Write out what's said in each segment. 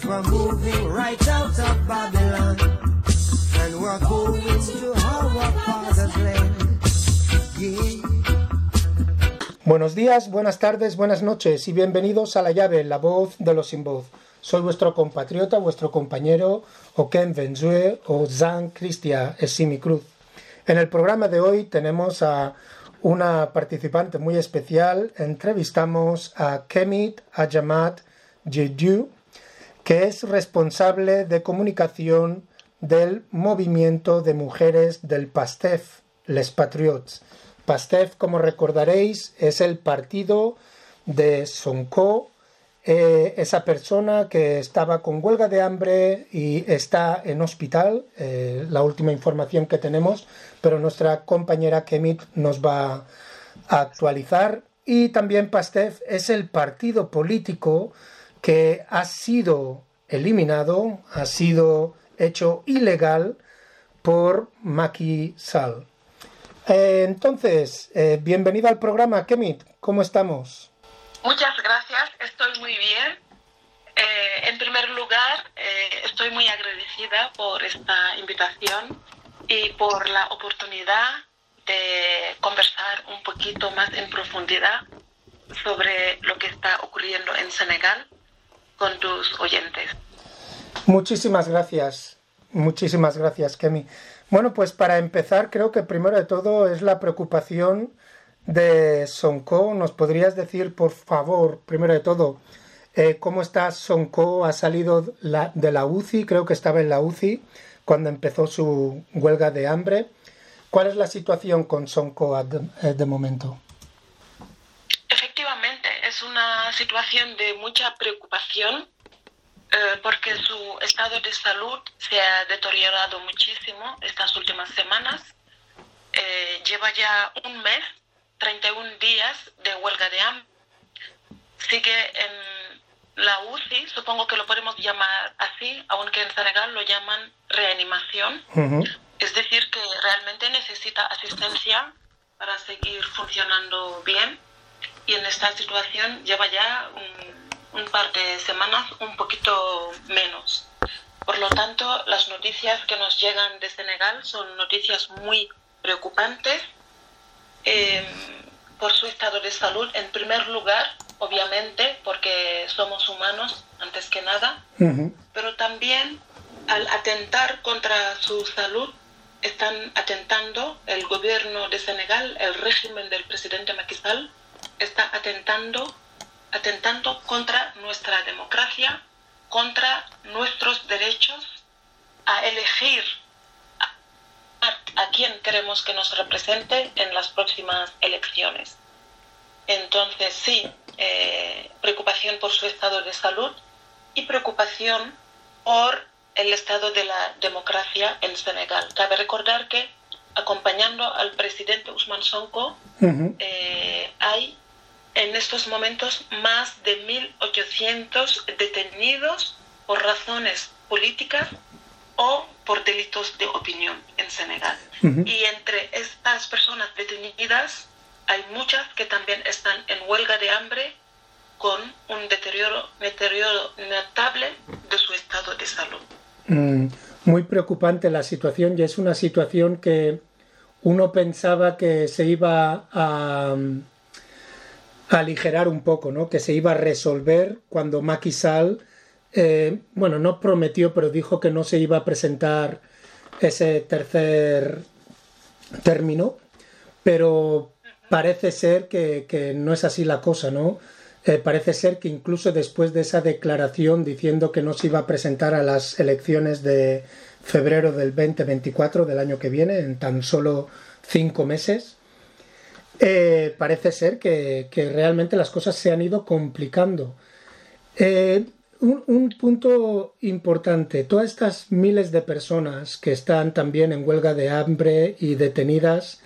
We're moving right out of Babylon, and we're going to our Father's land. Yeah. Buenos días, buenas tardes, buenas noches y bienvenidos a La Llave, la voz de los sin voz. Soy vuestro compatriota, vuestro compañero Oken Benzue o Zan Cristia Esimi Cruz. En el programa de hoy tenemos a una participante muy especial. Entrevistamos a Kemit Ajamat Jeju, que es responsable de comunicación del movimiento de mujeres del PASTEF, Les Patriots. PASTEF, como recordaréis, es el partido de Sonko, esa persona que estaba con huelga de hambre y está en hospital, la última información que tenemos, pero nuestra compañera Kemit nos va a actualizar. Y también PASTEF es el partido político que ha sido eliminado, ha sido hecho ilegal por Macky Sall. Entonces, bienvenido al programa, Kemit. ¿Cómo estamos? Muchas gracias, estoy muy bien. En primer lugar, estoy muy agradecida por esta invitación y por la oportunidad de conversar un poquito más en profundidad sobre lo que está ocurriendo en Senegal con tus oyentes. Muchísimas gracias, Kemi. Bueno, pues para empezar, creo que primero de todo es la preocupación de Sonko. ¿Nos podrías decir, por favor, primero de todo, cómo está Sonko? Ha salido de la UCI, creo que estaba en la UCI cuando empezó su huelga de hambre. ¿Cuál es la situación con Sonko de momento? Efectivamente, es una situación de mucha preocupación porque su estado de salud se ha deteriorado muchísimo estas últimas semanas. Lleva ya un mes, 31 días de huelga de hambre. Sigue en la UCI, supongo que lo podemos llamar así, aunque en Senegal lo llaman reanimación. Uh-huh. Es decir, que realmente necesita asistencia para seguir funcionando bien. Y en esta situación lleva ya un par de semanas, un poquito menos. Por lo tanto, las noticias que nos llegan de Senegal son noticias muy preocupantes por su estado de salud. En primer lugar, obviamente, porque somos humanos antes que nada, uh-huh. Pero también al atentar contra su salud, están atentando el gobierno de Senegal, el régimen del presidente Macky Sall, está atentando contra nuestra democracia, contra nuestros derechos a elegir a quién queremos que nos represente en las próximas elecciones. Entonces, sí, preocupación por su estado de salud y preocupación por el estado de la democracia en Senegal. Cabe recordar que, acompañando al presidente Ousmane Sonko, uh-huh. Hay en estos momentos más de 1.800 detenidos por razones políticas o por delitos de opinión en Senegal. Uh-huh. Y entre estas personas detenidas hay muchas que también están en huelga de hambre con un deterioro notable de su estado de salud. Muy preocupante la situación, y es una situación que uno pensaba que se iba a aligerar un poco, ¿no? Que se iba a resolver cuando Macky Sall, no prometió, pero dijo que no se iba a presentar ese tercer término, pero parece ser que no es así la cosa, ¿no? Parece ser que incluso después de esa declaración diciendo que no se iba a presentar a las elecciones de febrero del 2024 del año que viene, en tan solo 5 meses, parece ser que realmente las cosas se han ido complicando. Un punto importante, todas estas miles de personas que están también en huelga de hambre y detenidas,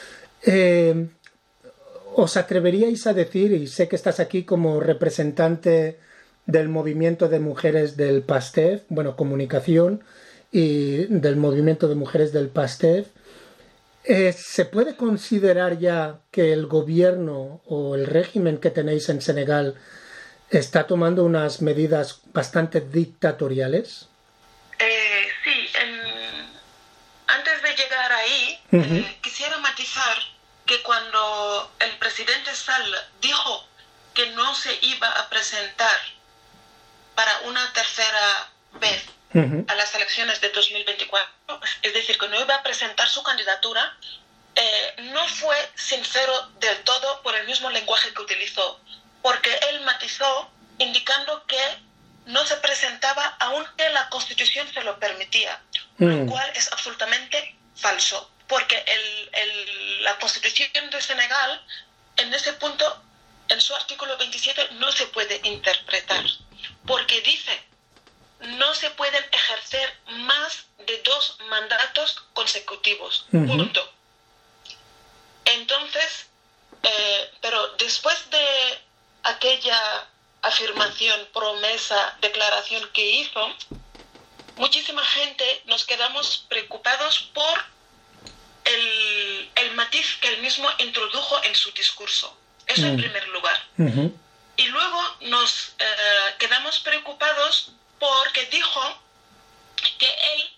¿os atreveríais a decir, y sé que estás aquí como representante del movimiento de mujeres del PASTEF, comunicación, y del movimiento de mujeres del PASTEF, ¿se puede considerar ya que el gobierno o el régimen que tenéis en Senegal está tomando unas medidas bastante dictatoriales. Sí, antes de llegar ahí, quisiera matizar que cuando el presidente Sall dijo que no se iba a presentar para una tercera vez a las elecciones de 2024, es decir, que no iba a presentar su candidatura, no fue sincero del todo por el mismo lenguaje que utilizó, porque él matizó indicando que no se presentaba aunque la Constitución se lo permitía, lo cual es absolutamente falso, porque la Constitución de Senegal, en ese punto, en su artículo 27, no se puede interpretar, porque dice, no se pueden ejercer más de 2 mandatos consecutivos, punto. Entonces, pero después de aquella afirmación, promesa, declaración que hizo, muchísima gente nos quedamos preocupados por el matiz que él mismo introdujo en su discurso. Eso en primer lugar. Y luego nos quedamos preocupados porque dijo que él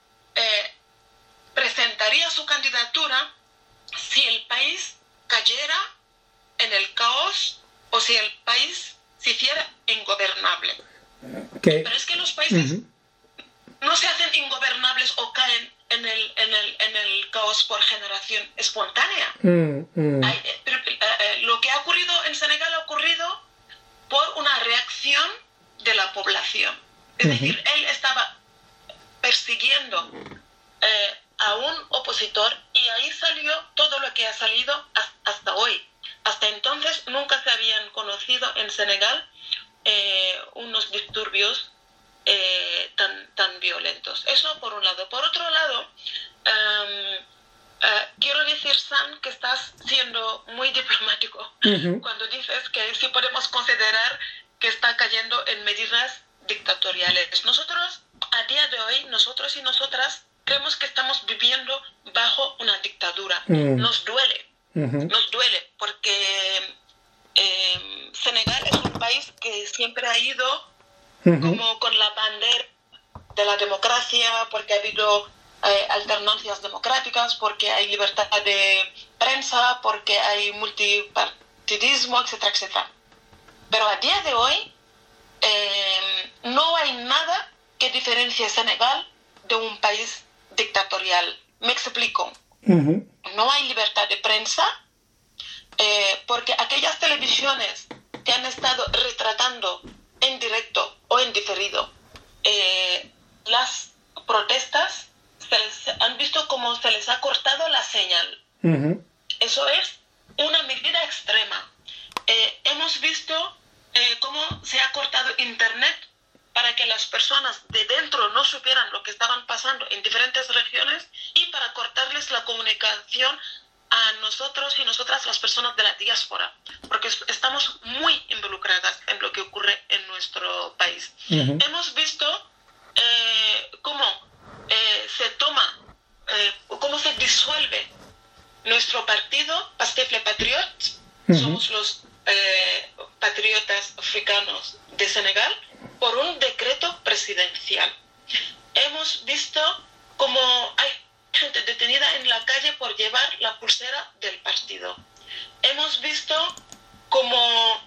presentaría su candidatura si el país cayera en el caos o si el país se hiciera ingobernable. Pero es que los países no se hacen ingobernables o caen en el caos por generación espontánea. Lo que ha ocurrido en Senegal ha ocurrido por una reacción de la población. Es decir, él estaba persiguiendo a un opositor y ahí salió todo lo que ha salido hasta hoy. Hasta entonces nunca se habían conocido en Senegal unos disturbios tan violentos. Eso por un lado. Por otro lado, quiero decir, Sam, que estás siendo muy diplomático cuando dices que sí podemos considerar que está cayendo en medidas dictatoriales. Nosotros, a día de hoy, nosotros y nosotras creemos que estamos viviendo bajo una dictadura. Nos duele porque Senegal es un país que siempre ha ido como con la bandera de la democracia, porque ha habido alternancias democráticas, porque hay libertad de prensa, porque hay multipartidismo, etcétera, etcétera. Pero a día de hoy no hay nada que diferencie Senegal de un país dictatorial. Me explico. No hay libertad de prensa porque aquellas televisiones que han estado retratando en directo o en diferido las protestas, han visto cómo se les ha cortado la señal. Eso es una medida extrema. Hemos visto cómo se ha cortado internet para que las personas de dentro no supieran lo que estaban pasando en diferentes regiones y para cortarles la comunicación a nosotros y nosotras, las personas de la diáspora, porque estamos muy involucradas en lo que ocurre en nuestro país. Hemos visto cómo se toma, cómo se disuelve nuestro partido, Pastef les Patriotes, somos los patriotas africanos de Senegal, por un decreto presidencial. Hemos visto cómo hay gente detenida en la calle por llevar la pulsera del partido. Hemos visto cómo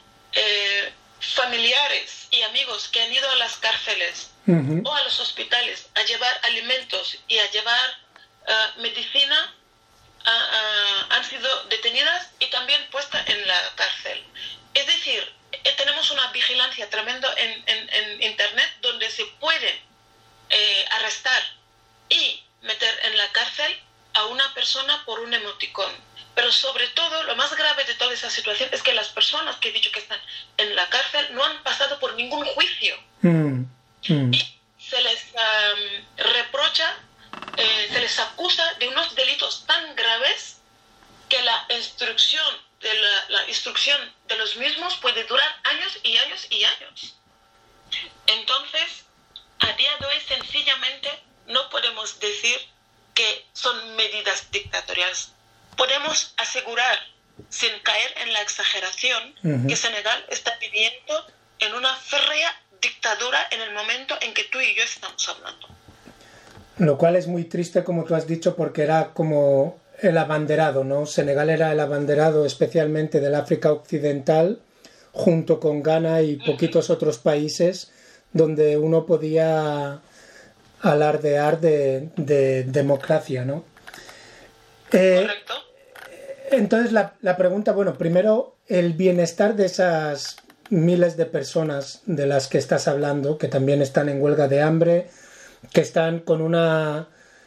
familiares y amigos que han ido a las cárceles o a los hospitales a llevar alimentos y a llevar medicina han sido detenidas y también puestas en la cárcel. Es decir, tenemos una vigilancia tremenda en Internet donde se puede arrestar y meter en la cárcel a una persona por un emoticón. Pero sobre todo, lo más grave de toda esa situación es que las personas que he dicho que están en la cárcel no han pasado por ningún juicio. Y se les reprocha, se les acusa de unos delitos tan graves que la instrucción de los mismos puede durar años y años y años. Entonces, a día de hoy, sencillamente, no podemos decir que son medidas dictatoriales. Podemos asegurar, sin caer en la exageración, que Senegal está viviendo en una férrea dictadura en el momento en que tú y yo estamos hablando. Lo cual es muy triste, como tú has dicho, porque era como el abanderado, ¿no? Senegal era el abanderado especialmente del África Occidental, junto con Ghana y poquitos otros países donde uno podía alardear de democracia, ¿no? ¿Correcto? Entonces la pregunta, bueno, primero el bienestar de esas miles de personas de las que estás hablando, que también están en huelga de hambre, que están con un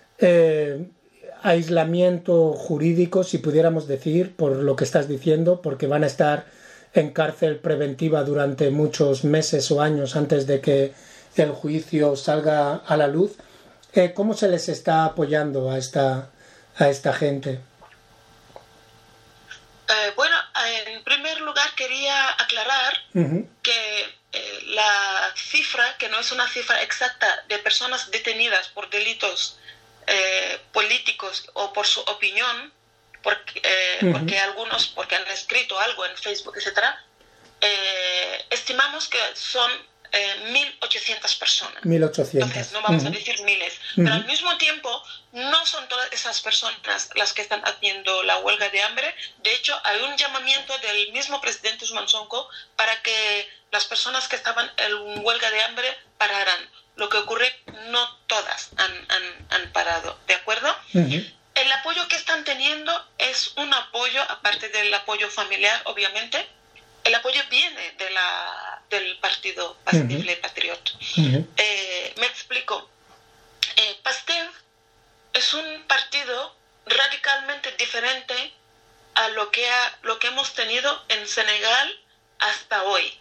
aislamiento jurídico, si pudiéramos decir, por lo que estás diciendo, porque van a estar en cárcel preventiva durante muchos meses o años antes de que el juicio salga a la luz. ¿Cómo se les está apoyando a esta gente? Bueno, en primer lugar quería aclarar que la cifra, que no es una cifra exacta de personas detenidas por delitos políticos o por su opinión, porque algunos, porque han escrito algo en Facebook, etcétera, estimamos que son 1.800 personas. 1.800. Entonces no vamos a decir miles, pero al mismo tiempo no son todas esas personas las que están haciendo la huelga de hambre. De hecho, hay un llamamiento del mismo presidente Ousmane Sonko para que las personas que estaban en huelga de hambre pararan. Lo que ocurre, no todas han parado, ¿de acuerdo? El apoyo que están teniendo es un apoyo, aparte del apoyo familiar, obviamente. El apoyo viene del partido Pastef Les Patriotes. Me explico. Pastef es un partido radicalmente diferente a lo que hemos tenido en Senegal hasta hoy.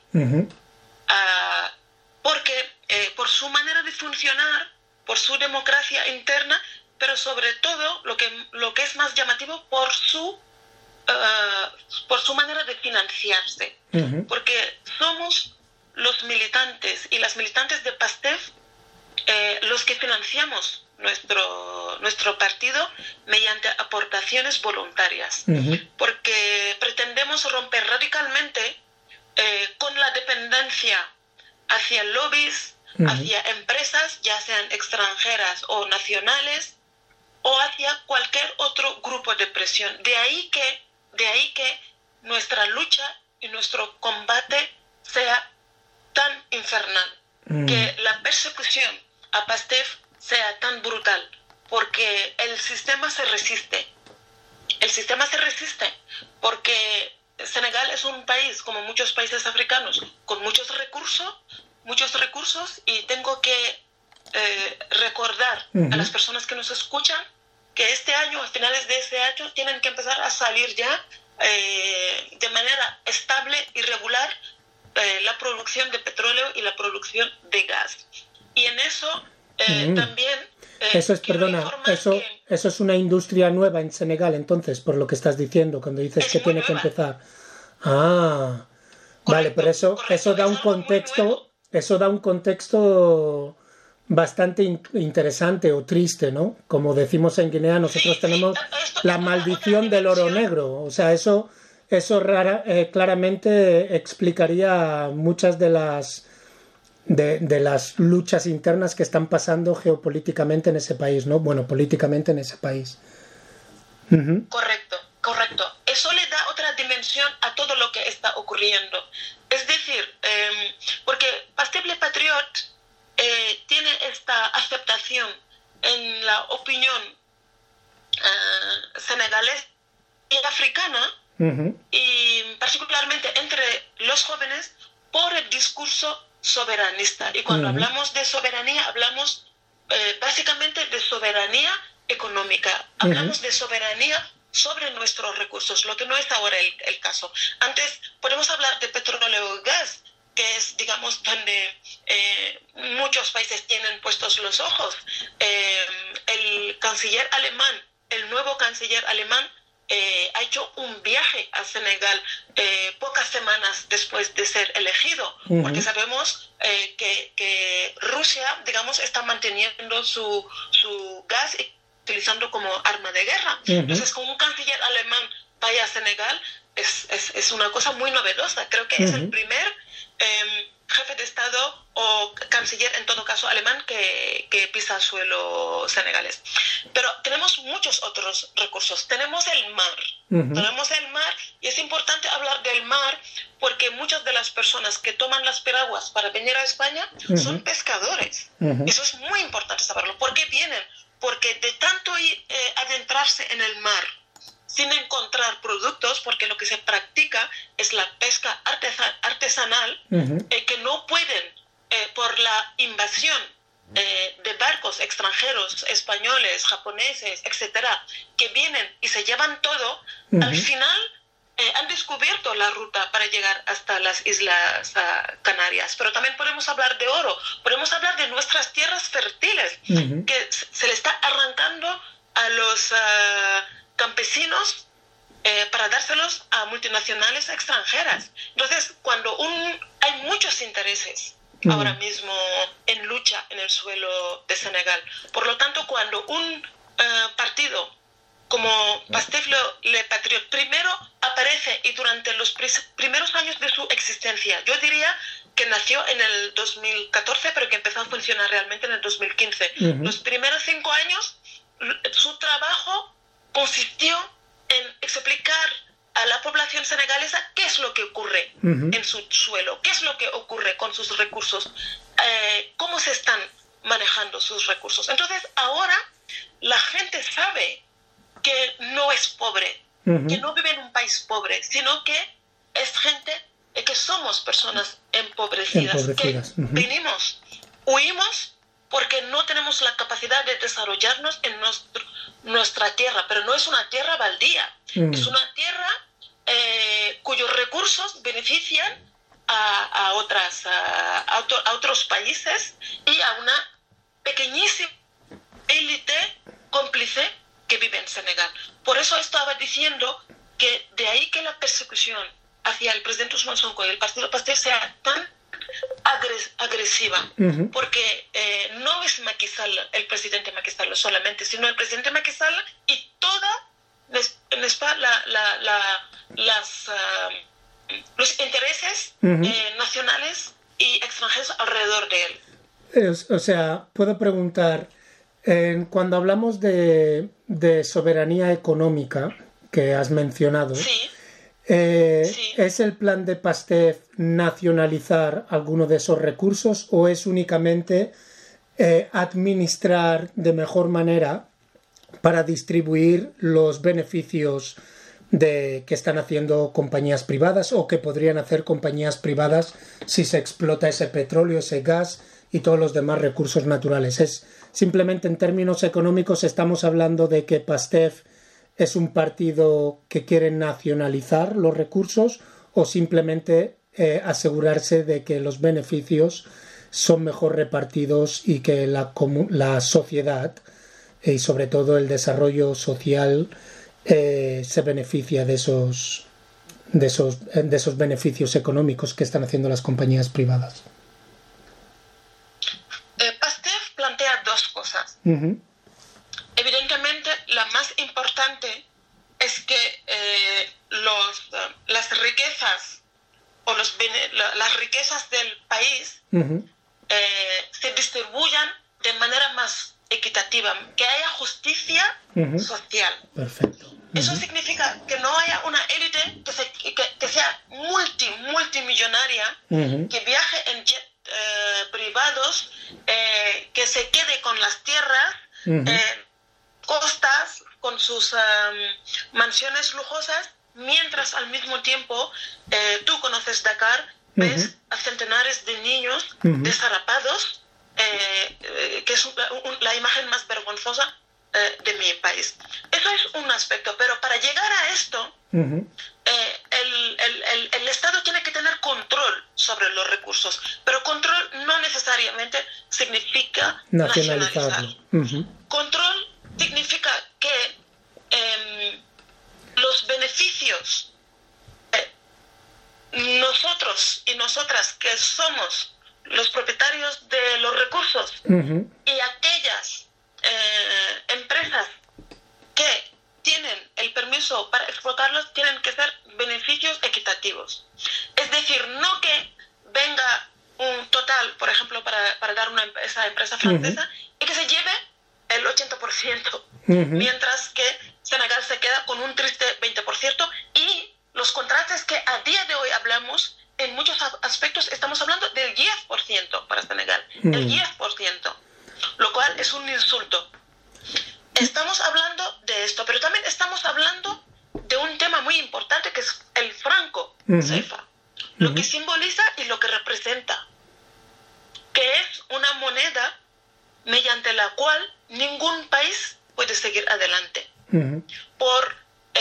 Porque por su manera de funcionar, por su democracia interna, pero sobre todo lo que es más llamativo por su manera de financiarse, porque somos los militantes y las militantes de Pastef los que financiamos nuestro partido mediante aportaciones voluntarias, porque pretendemos romper radicalmente con la dependencia hacia lobbies, hacia empresas, ya sean extranjeras o nacionales, o hacia cualquier otro grupo de presión. De ahí que nuestra lucha y nuestro combate sea tan infernal, que la persecución a Pastef sea tan brutal, porque el sistema se resiste. El sistema se resiste porque Senegal es un país, como muchos países africanos, con muchos recursos, y tengo que recordar a las personas que nos escuchan que este año, a finales de este año, tienen que empezar a salir ya de manera estable y regular la producción de petróleo y la producción de gas. Y en eso también... Eso es una industria nueva en Senegal, entonces, por lo que estás diciendo, cuando dices que tiene que empezar. Ah, correcto, vale, pero eso da un contexto bastante interesante o triste, ¿no? Como decimos en Guinea, nosotros tenemos la maldición del oro negro. O sea, eso claramente explicaría muchas de las luchas internas que están pasando geopolíticamente en ese país, ¿no? Bueno, políticamente en ese país. Correcto. Eso le da otra dimensión a todo lo que está ocurriendo. Es decir, porque Pastef Les Patriotes tiene esta aceptación en la opinión senegalesa y africana, y particularmente entre los jóvenes, por el discurso soberanista. Y cuando hablamos de soberanía, hablamos básicamente de soberanía económica. Hablamos de soberanía sobre nuestros recursos, lo que no es ahora el caso. Antes podemos hablar de petróleo y gas, que es, digamos, donde muchos países tienen puestos los ojos. El canciller alemán, el nuevo canciller alemán, ha hecho un viaje a Senegal pocas semanas después de ser elegido, porque sabemos que Rusia, digamos, está manteniendo su gas utilizando como arma de guerra. Entonces, con un canciller alemán vaya a Senegal es una cosa muy novedosa. Creo que es el primer de Estado o canciller, en todo caso alemán, que pisa suelo senegalés. Pero tenemos muchos otros recursos. Tenemos el mar. Tenemos el mar, y es importante hablar del mar porque muchas de las personas que toman las piraguas para venir a España son pescadores. Eso es muy importante saberlo. ¿Por qué vienen? Porque de tanto adentrarse en el mar sin encontrar productos, porque lo que se practica es la pesca artesanal, que no pueden, por la invasión de barcos extranjeros, españoles, japoneses, etcétera, que vienen y se llevan todo, al final han descubierto la ruta para llegar hasta las Islas Canarias. Pero también podemos hablar de oro, podemos hablar de nuestras tierras fértiles, que se le está arrancando a los campesinos para dárselos a multinacionales extranjeras. Entonces, cuando hay muchos intereses ahora mismo en lucha en el suelo de Senegal. Por lo tanto, cuando un partido como Pastef Le Patriote primero aparece y durante los primeros años de su existencia, yo diría que nació en el 2014, pero que empezó a funcionar realmente en el 2015. Los primeros 5 años, su trabajo consistió en explicar a la población senegalesa qué es lo que ocurre en su suelo, qué es lo que ocurre con sus recursos, cómo se están manejando sus recursos. Entonces, ahora la gente sabe que no es pobre, que no vive en un país pobre, sino que es gente, que somos personas empobrecidas. Que huimos porque no tenemos la capacidad de desarrollarnos en nuestra tierra, pero no es una tierra baldía, es una tierra cuyos recursos benefician a otros países y a una pequeñísima élite cómplice que vive en Senegal. Por eso estaba diciendo que de ahí que la persecución hacia el presidente Ousmane Sonko y el partido Pastef sea tan agresiva, porque no es Macky Sall, el presidente Macky Sall solamente, sino el presidente Macky Sall y toda en España los intereses nacionales y extranjeros alrededor de él. O sea, puedo preguntar, cuando hablamos de soberanía económica que has mencionado, sí. ¿Es el plan de Pastef nacionalizar alguno de esos recursos o es únicamente administrar de mejor manera para distribuir los beneficios que están haciendo compañías privadas o que podrían hacer compañías privadas si se explota ese petróleo, ese gas y todos los demás recursos naturales? Es simplemente en términos económicos estamos hablando de que Pastef es un partido que quiere nacionalizar los recursos o simplemente asegurarse de que los beneficios son mejor repartidos y que la sociedad y sobre todo el desarrollo social se beneficia de esos beneficios económicos que están haciendo las compañías privadas. Pastef plantea dos cosas. Evidentemente, la más importante es que las riquezas o las riquezas del país se distribuyan de manera más equitativa, que haya justicia social. Perfecto. Eso significa que no haya una élite que sea multimillonaria, que viaje en jet privados, que se quede con las tierras, costas, con sus mansiones lujosas, mientras al mismo tiempo tú conoces Dakar, ves a centenares de niños desarrapados, que es la imagen más vergonzosa de mi país. Eso es un aspecto, pero para llegar a esto, el Estado tiene que tener control sobre los recursos, pero control no necesariamente significa nacionalizar. Control significa que los beneficios, nosotros y nosotras que somos los propietarios de los recursos y aquellas empresas que tienen el permiso para explotarlos tienen que ser beneficios equitativos. Es decir, no que venga un central, por ejemplo, para dar esa empresa francesa, y que se lleve el 80%, mientras que Senegal se queda con un triste 20%, y los contrastes que a día de hoy hablamos, en muchos aspectos estamos hablando del 10% para Senegal, el 10%, lo cual es un insulto. Estamos hablando de esto, pero también estamos hablando de un tema muy importante que es el franco CFA, lo que simboliza y lo que representa, que es una moneda mediante la cual ningún país puede seguir adelante por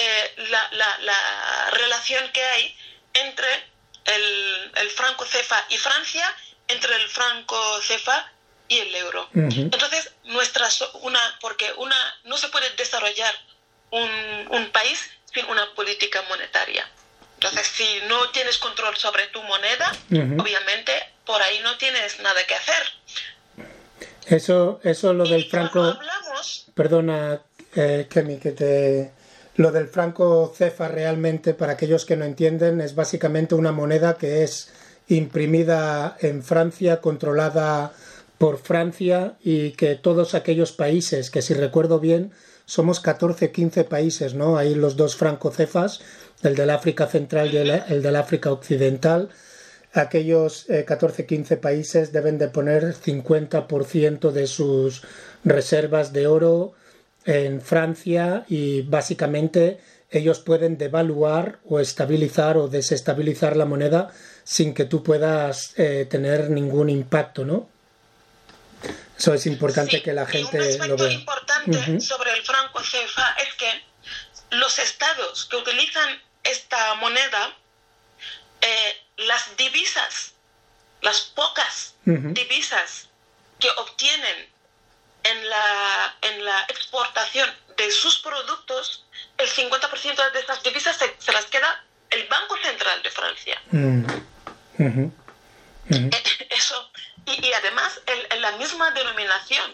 la relación que hay entre el franco CFA y Francia, entre el franco CFA y el euro. Entonces, porque no se puede desarrollar un país sin una política monetaria. Entonces, si no tienes control sobre tu moneda, obviamente por ahí no tienes nada que hacer. Eso lo del franco... Hablamos... Perdona, Kemi, lo del franco CFA realmente, para aquellos que no entienden, es básicamente una moneda que es imprimida en Francia, controlada por Francia, y que todos aquellos países, que si recuerdo bien, somos 14-15 países, ¿no? Hay los dos franco-cefas, el del África Central y el del África Occidental. Aquellos 14-15 países deben de poner 50% de sus reservas de oro en Francia, y básicamente ellos pueden devaluar o estabilizar o desestabilizar la moneda sin que tú puedas tener ningún impacto, ¿no? Eso es importante que la gente lo vea. Un aspecto importante sobre el franco CFA es que los estados que utilizan esta moneda, las divisas, las pocas divisas que obtienen en la exportación de sus productos, el 50% de estas divisas se las queda el Banco Central de Francia. Eso, y además la misma denominación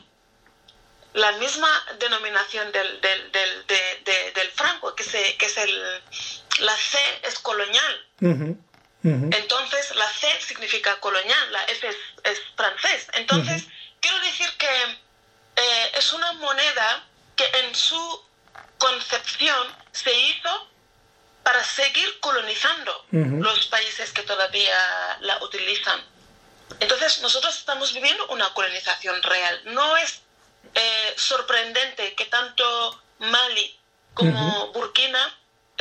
del franco, que es la C es colonial. Entonces la C significa colonial, la F es francés. Entonces quiero decir que es una moneda que en su concepción se hizo para seguir colonizando los países que todavía la utilizan. Entonces nosotros estamos viviendo una colonización real. No es sorprendente que tanto Mali como Burkina,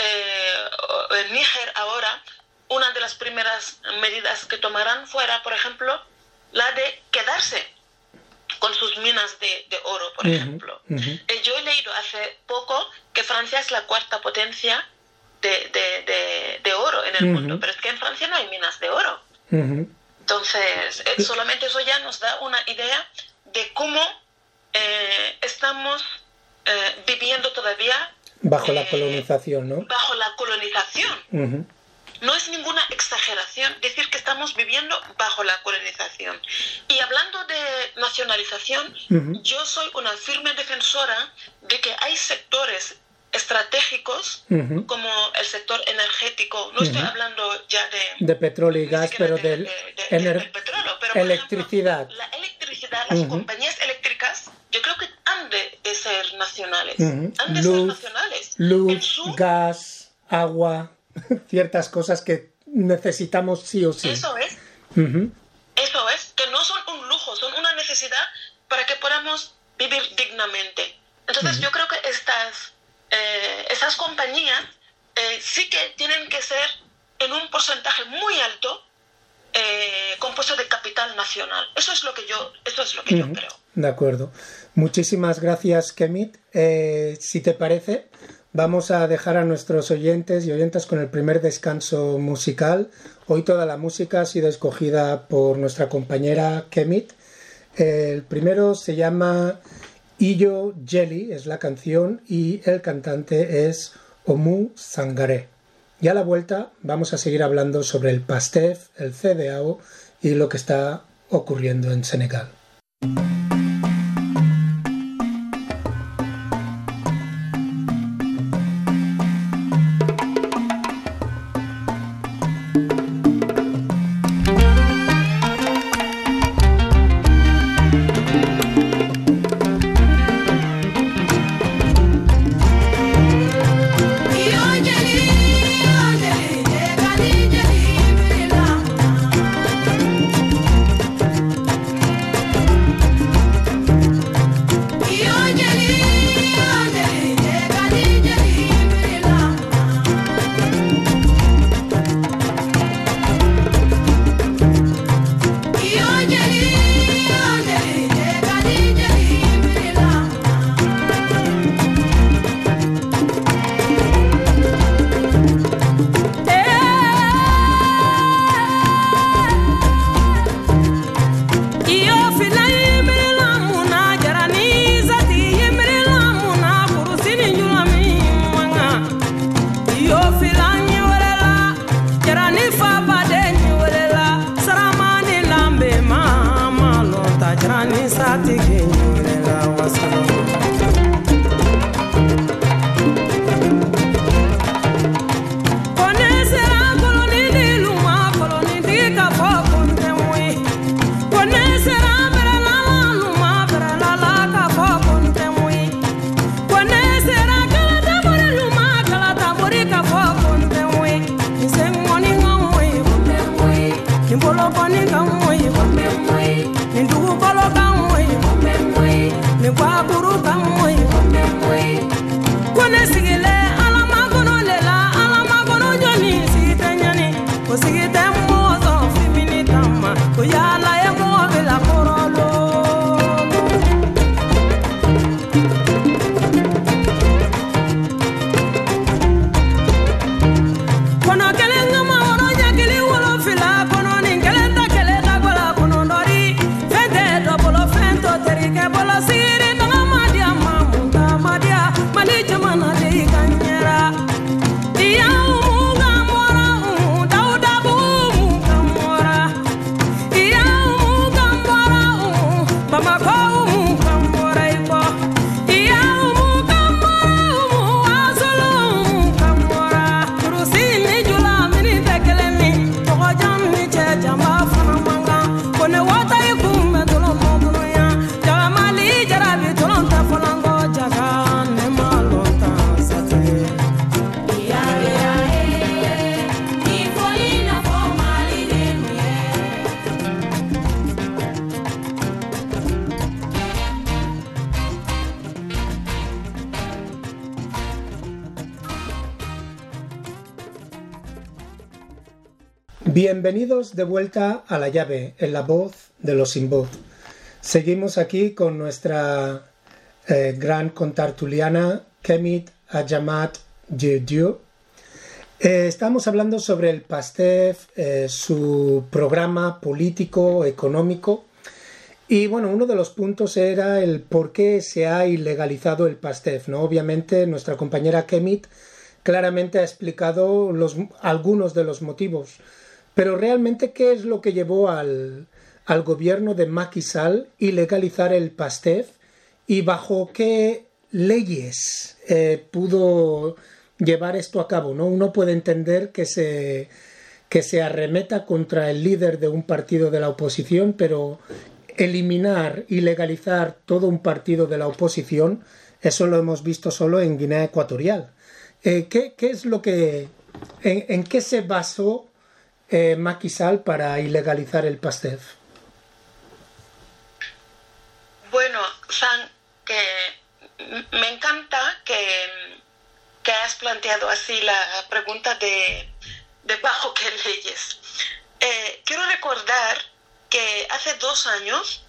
Níger ahora, una de las primeras medidas que tomarán fuera, por ejemplo, la de quedarse con sus minas de oro, por ejemplo. Yo he leído hace poco que Francia es la cuarta potencia de oro en el mundo, pero es que en Francia no hay minas de oro. Entonces, solamente eso ya nos da una idea de cómo estamos viviendo todavía bajo la colonización, ¿no? Bajo la colonización. No es ninguna exageración decir que estamos viviendo bajo la colonización. Y hablando de nacionalización, yo soy una firme defensora de que hay sectores estratégicos, como el sector energético. No estoy hablando ya de petróleo y gas, pero del petróleo, pero electricidad. Por ejemplo, la electricidad, las compañías eléctricas, yo creo que han de ser nacionales. Han de ser nacionales. Luz, gas, agua, ciertas cosas que necesitamos sí o sí. Eso es. Eso es, que no son un lujo, son una necesidad para que podamos vivir dignamente. Entonces yo creo que esas compañías sí que tienen que ser en un porcentaje muy alto compuesto de capital nacional. Eso es lo que yo creo. De acuerdo. Muchísimas gracias, Kemit. Si te parece, vamos a dejar a nuestros oyentes y oyentas con el primer descanso musical. Hoy toda la música ha sido escogida por nuestra compañera Kemit. El primero se llama Iyo Jelly, es la canción, y el cantante es Oumou Sangaré. Y a la vuelta vamos a seguir hablando sobre el PASTEF, el CEDEAO y lo que está ocurriendo en Senegal. Bienvenidos de vuelta a La Llave, en la voz de los sin voz. Seguimos aquí con nuestra gran contertuliana Kemit Ajamat Dieu. Estamos hablando sobre el PASTEF, su programa político, económico. Y bueno, uno de los puntos era el por qué se ha ilegalizado el PASTEF, ¿no? Obviamente nuestra compañera Kemit claramente ha explicado algunos de los motivos. Pero realmente, ¿qué es lo que llevó al gobierno de Macky Sall ilegalizar el PASTEF y bajo qué leyes pudo llevar esto a cabo, ¿no? Uno puede entender que se arremeta contra el líder de un partido de la oposición, pero eliminar, ilegalizar todo un partido de la oposición, eso lo hemos visto solo en Guinea Ecuatorial. ¿Qué es lo que, en qué se basó Macky Sall para ilegalizar el PASTEF? Bueno, San, que me encanta que has planteado así la pregunta de bajo qué leyes. Quiero recordar que hace 2 años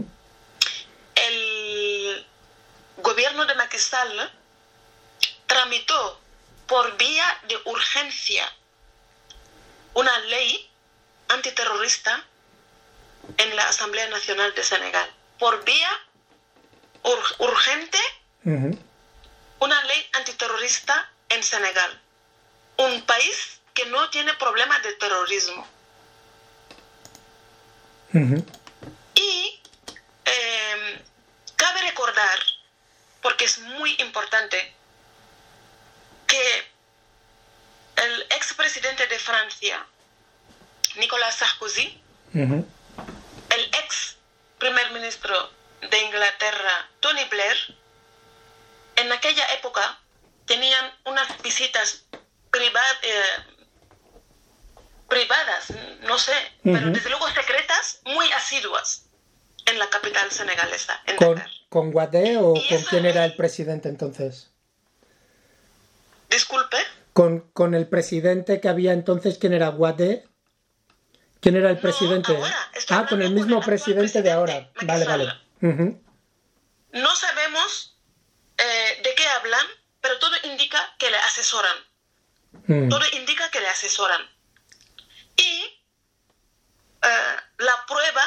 el gobierno de Macky Sall tramitó por vía de urgencia una ley antiterrorista en la Asamblea Nacional de Senegal. Por vía urgente, una ley antiterrorista en Senegal. Un país que no tiene problemas de terrorismo. Y cabe recordar, porque es muy importante, que el expresidente de Francia, Nicolas Sarkozy, el ex primer ministro de Inglaterra, Tony Blair, en aquella época tenían unas visitas privadas, no sé, pero desde luego secretas, muy asiduas en la capital senegalesa, en Dakar. ¿Con Wade o con quién era el presidente entonces? Disculpe. Con el presidente que había entonces, ¿quién era Wade? ¿Quién era el presidente? Ahora, con el mismo presidente de ahora. Vale. No sabemos de qué hablan, pero todo indica que le asesoran. Todo indica que le asesoran. Y la prueba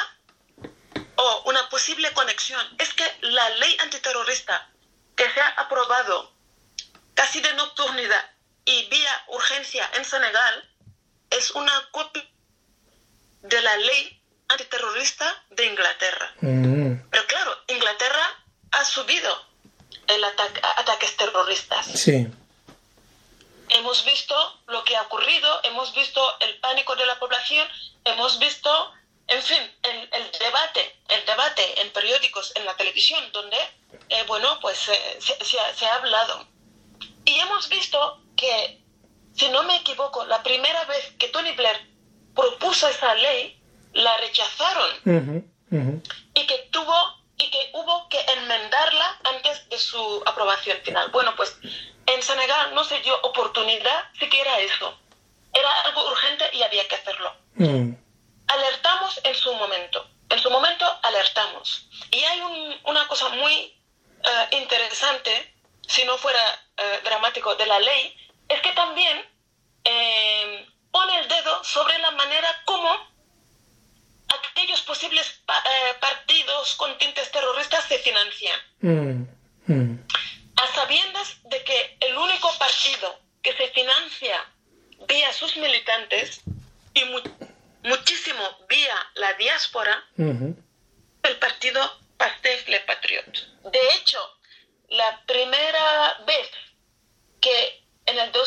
o una posible conexión es que la ley antiterrorista que se ha aprobado casi de nocturnidad y vía urgencia en Senegal es una copia de la ley antiterrorista de Inglaterra. Pero claro, Inglaterra ha subido el ataques terroristas. Sí. Hemos visto lo que ha ocurrido, hemos visto el pánico de la población, hemos visto, en fin, el debate en periódicos, en la televisión, donde, se ha hablado. Y hemos visto que, si no me equivoco, la primera vez que Tony Blair propuso esa ley, la rechazaron. Y que hubo que enmendarla antes de su aprobación final. Bueno, pues en Senegal no se dio oportunidad siquiera eso. Era algo urgente y había que hacerlo. Alertamos en su momento. En su momento alertamos. Y hay una cosa muy interesante, si no fuera dramático, de la ley, es que también pone el dedo sobre la manera como aquellos posibles partidos con tintes terroristas se financian. A sabiendas de que el único partido que se financia vía sus militantes y muchísimo vía la diáspora, el partido PASTEF Les Patriotes. De hecho, la primera vez que en el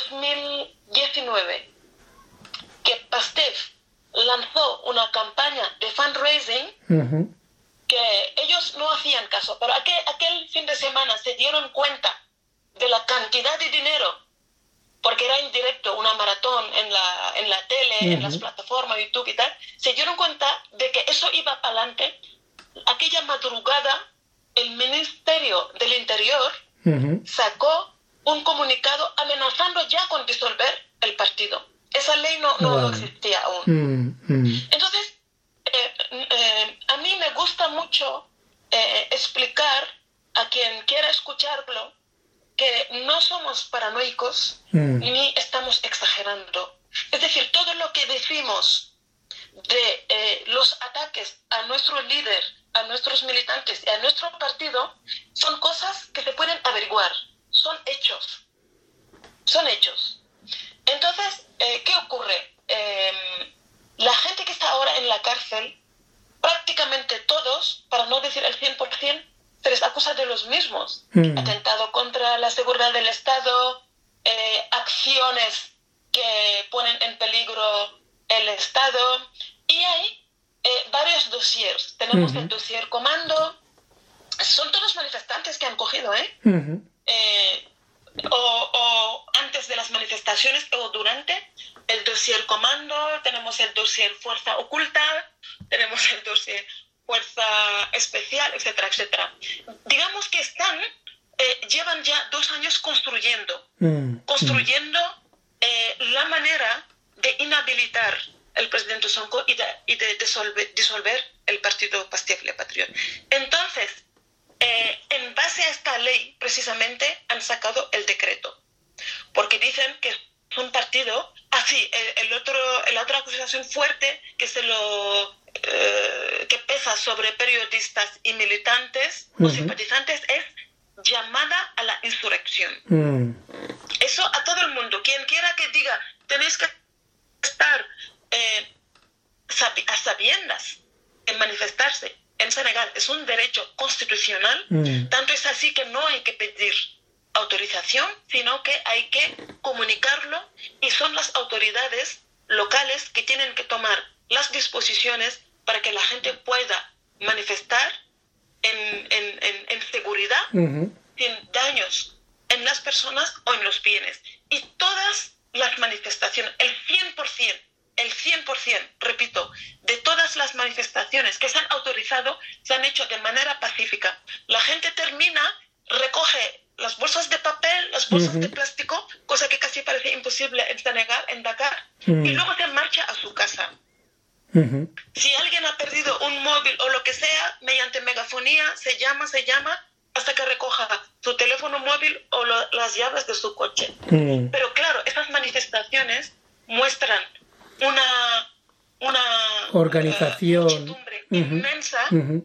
2019 que PASTEF lanzó una campaña de fundraising, que ellos no hacían caso, pero aquel fin de semana se dieron cuenta de la cantidad de dinero, porque era en directo, una maratón en la tele, en las plataformas, YouTube y tal, se dieron cuenta de que eso iba para adelante. Aquella madrugada, el Ministerio del Interior sacó un comunicado amenazando ya con disolver el partido. Esa ley no existía aún. Entonces, a mí me gusta mucho explicar a quien quiera escucharlo que no somos paranoicos ni estamos exagerando. Es decir, todo lo que decimos de los ataques a nuestro líder, a nuestros militantes y a nuestro partido son cosas que se pueden averiguar, son hechos. Son hechos. Entonces, ¿qué ocurre? La gente que está ahora en la cárcel, prácticamente todos, para no decir el 100%, se les acusa de los mismos. Atentado contra la seguridad del Estado, acciones que ponen en peligro el Estado, y hay varios dossiers. Tenemos el dossier Comando, son todos manifestantes que han cogido, o antes de las manifestaciones o durante el dossier Comando, tenemos el dossier Fuerza Oculta, tenemos el dossier Fuerza Especial, etcétera, etcétera. Digamos que llevan ya 2 años construyendo la manera de inhabilitar al presidente Sonko y de disolver el partido Pastef Les Patriotes. Entonces, en base a esta ley, precisamente, han sacado el decreto. Porque dicen que es un partido... la otra acusación fuerte que que pesa sobre periodistas y militantes o simpatizantes es llamada a la insurrección. Eso a todo el mundo. Quien quiera que diga, tenéis que estar a sabiendas en manifestarse en Senegal, es un derecho constitucional, tanto es así que no hay que pedir autorización, sino que hay que comunicarlo, y son las autoridades locales que tienen que tomar las disposiciones para que la gente pueda manifestar en seguridad, sin daños en las personas o en los bienes. Y todas las manifestaciones, el 100%, repito, de todas las manifestaciones que se han autorizado, se han hecho de manera pacífica. La gente termina, recoge las bolsas de papel, las bolsas de plástico, cosa que casi parece imposible en Senegal, en Dakar, y luego se marcha a su casa. Si alguien ha perdido un móvil o lo que sea, mediante megafonía se llama hasta que recoja su teléfono móvil o las llaves de su coche. Pero claro, esas manifestaciones muestran una organización muchedumbre inmensa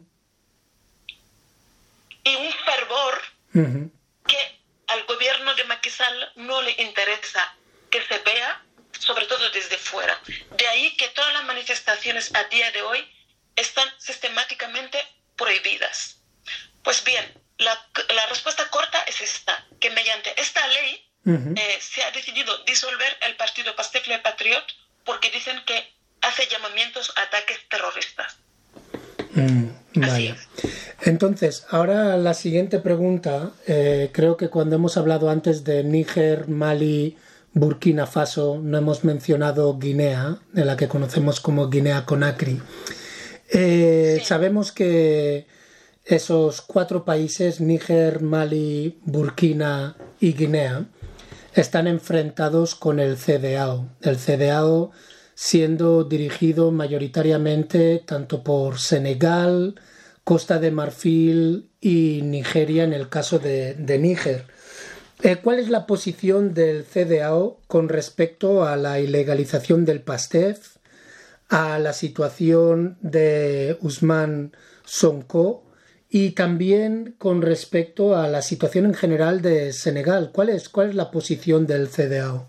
y un fervor que al gobierno de Macky Sall no le interesa que se vea, sobre todo desde fuera. De ahí que todas las manifestaciones a día de hoy están sistemáticamente prohibidas. Pues bien, la respuesta corta es esta, que mediante esta ley se ha decidido disolver el partido Pastef Les Patriotes porque dicen que hace llamamientos a ataques terroristas. Vale. Entonces, ahora la siguiente pregunta, creo que cuando hemos hablado antes de Níger, Mali, Burkina Faso, no hemos mencionado Guinea, de la que conocemos como Guinea Conakry. Sabemos que esos 4 países, Níger, Mali, Burkina y Guinea, están enfrentados con el CEDEAO. El CEDEAO siendo dirigido mayoritariamente tanto por Senegal, Costa de Marfil y Nigeria en el caso de Níger. ¿Cuál es la posición del CEDEAO con respecto a la ilegalización del Pastef, a la situación de Ousmane Sonko y también con respecto a la situación en general de Senegal? ¿Cuál es la posición del CEDEAO?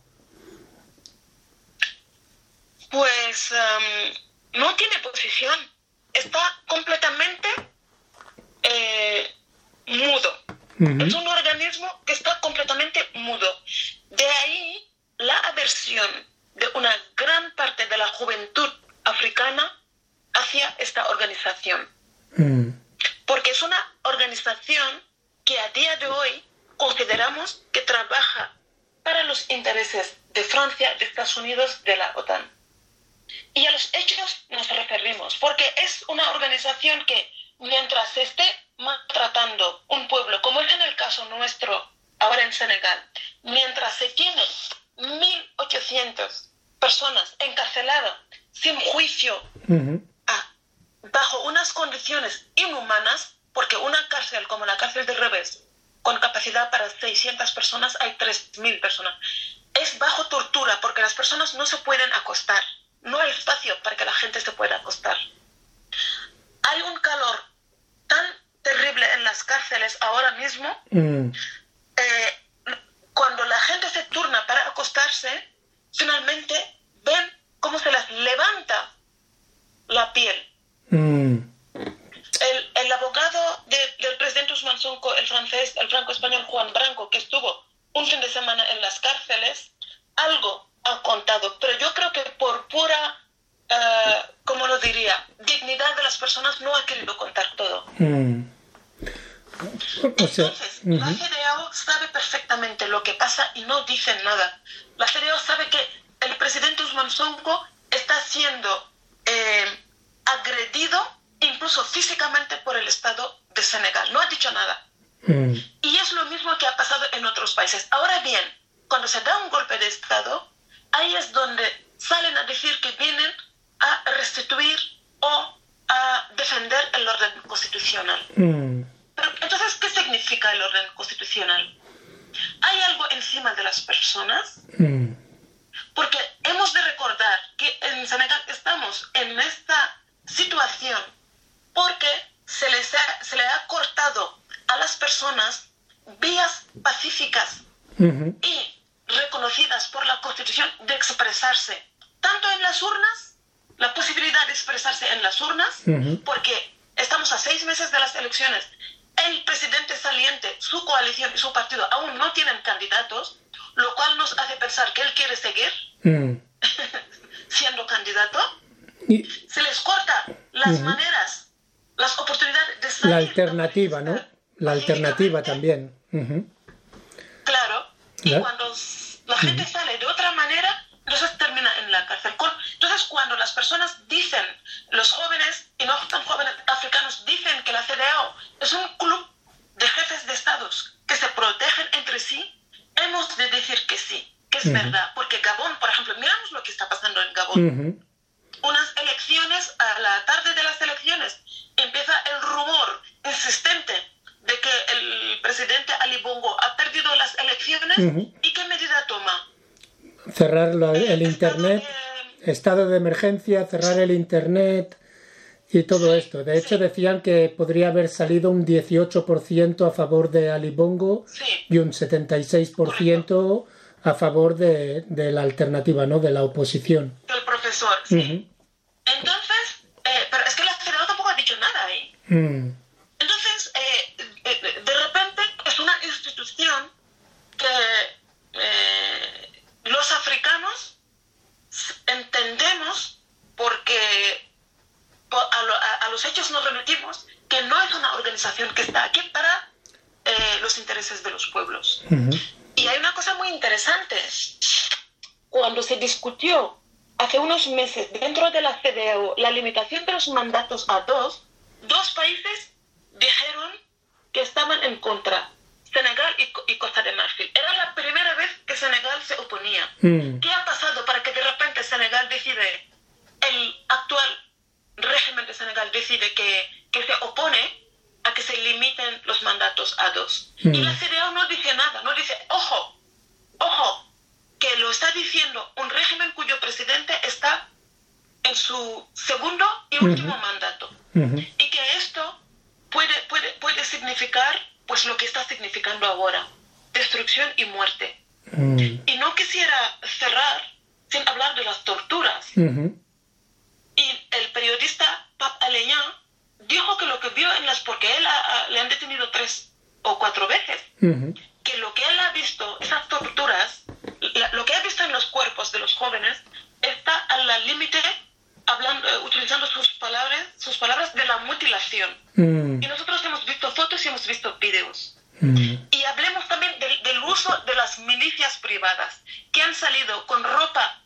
Pues no tiene posición. Está completamente mudo. Es un organismo que está completamente mudo. De ahí la aversión de una gran parte de la juventud africana hacia esta organización. Porque es una organización que a día de hoy consideramos que trabaja para los intereses de Francia, de Estados Unidos, de la OTAN. Y a los hechos nos referimos, porque es una organización que mientras se esté maltratando un pueblo, como es en el caso nuestro ahora en Senegal, mientras se tiene 1.800 personas encarceladas sin juicio, bajo unas condiciones inhumanas, porque una cárcel como la cárcel de Revés, con capacidad para 600 personas, hay 3.000 personas. Es bajo tortura, porque las personas no se pueden acostar. No hay espacio para que la gente se pueda acostar. Hay un calor tan terrible en las cárceles ahora mismo. Cuando la gente se turna para acostarse, finalmente ven cómo se les levanta la piel. El abogado del presidente Usman Sonko, el franco-español Juan Branco, que estuvo un fin de semana en las cárceles, algo ha contado, pero yo creo que por pura, ¿cómo lo diría?, dignidad de las personas, no ha querido contar todo. Entonces, la CDAO sabe perfectamente lo que pasa y no dicen nada. La CDAO sabe que el presidente Usman Sonko está siendo agredido incluso físicamente por el Estado de Senegal. No ha dicho nada. Y es lo mismo que ha pasado en otros países. Ahora bien, cuando se da un golpe de Estado, ahí es donde salen a decir que vienen a restituir o a defender el orden constitucional. Pero entonces, ¿qué significa el orden constitucional? ¿Hay algo encima de las personas? Porque hemos de recordar que en Senegal estamos en esta situación porque se le ha cortado a las personas vías pacíficas y reconocidas por la Constitución de expresarse, tanto en las urnas, la posibilidad de expresarse en las urnas, porque estamos a 6 meses de las elecciones, el presidente saliente, su coalición y su partido aún no tienen candidatos, lo cual nos hace pensar que él quiere seguir siendo candidato. Se les corta las maneras, las oportunidades de salir. La alternativa, ¿no? La alternativa también. Claro. Y cuando la gente sale de otra manera, entonces termina en la cárcel. Entonces, cuando las personas dicen, los jóvenes y no tan jóvenes africanos dicen que la CDAO es un club de jefes de estados que se protegen entre sí, hemos de decir que sí, que es verdad. Porque Gabón, por ejemplo, miramos lo que está pasando en Gabón. Unas elecciones, a la tarde de las elecciones, empieza el rumor insistente de que el presidente Ali Bongo ha perdido las elecciones. ¿Y qué medida toma? Cerrar el internet, estado de emergencia, cerrar el internet y todo esto. De hecho, decían que podría haber salido un 18% a favor de Ali Bongo y un 76% a favor de la alternativa, ¿no? De la oposición. Del profesor, sí. Entonces, pero es que la CDAO tampoco ha dicho nada ahí. Entonces, de repente es una institución que los africanos entendemos, porque a los hechos nos remitimos, que no es una organización que está aquí para los intereses de los pueblos. Y hay una cosa muy interesante. Cuando se discutió hace unos meses dentro de la CDAO la limitación de los mandatos a dos países dijeron que estaban en contra, Senegal y Costa de Marfil. Era la primera vez que Senegal se oponía. ¿Qué ha pasado para que de repente Senegal decide, el actual régimen de Senegal decide que se opone a que se limiten los mandatos a 2? Y la CDAO no dice nada, no dice, ojo, que lo está diciendo un régimen cuyo presidente está en su segundo y último mandato. Y que esto puede significar pues lo que está significando ahora, destrucción y muerte. Y no quisiera cerrar sin hablar de las torturas. Y el periodista Pape Alé Niang dijo que lo que vio porque él le han detenido 3 o 4 veces, que lo que él ha visto, esas torturas, lo que ha visto en los cuerpos de los jóvenes, está al límite, utilizando sus palabras de la mutilación. Y nosotros hemos visto fotos y hemos visto videos. Y hablemos también del uso de las milicias privadas, que han salido con ropa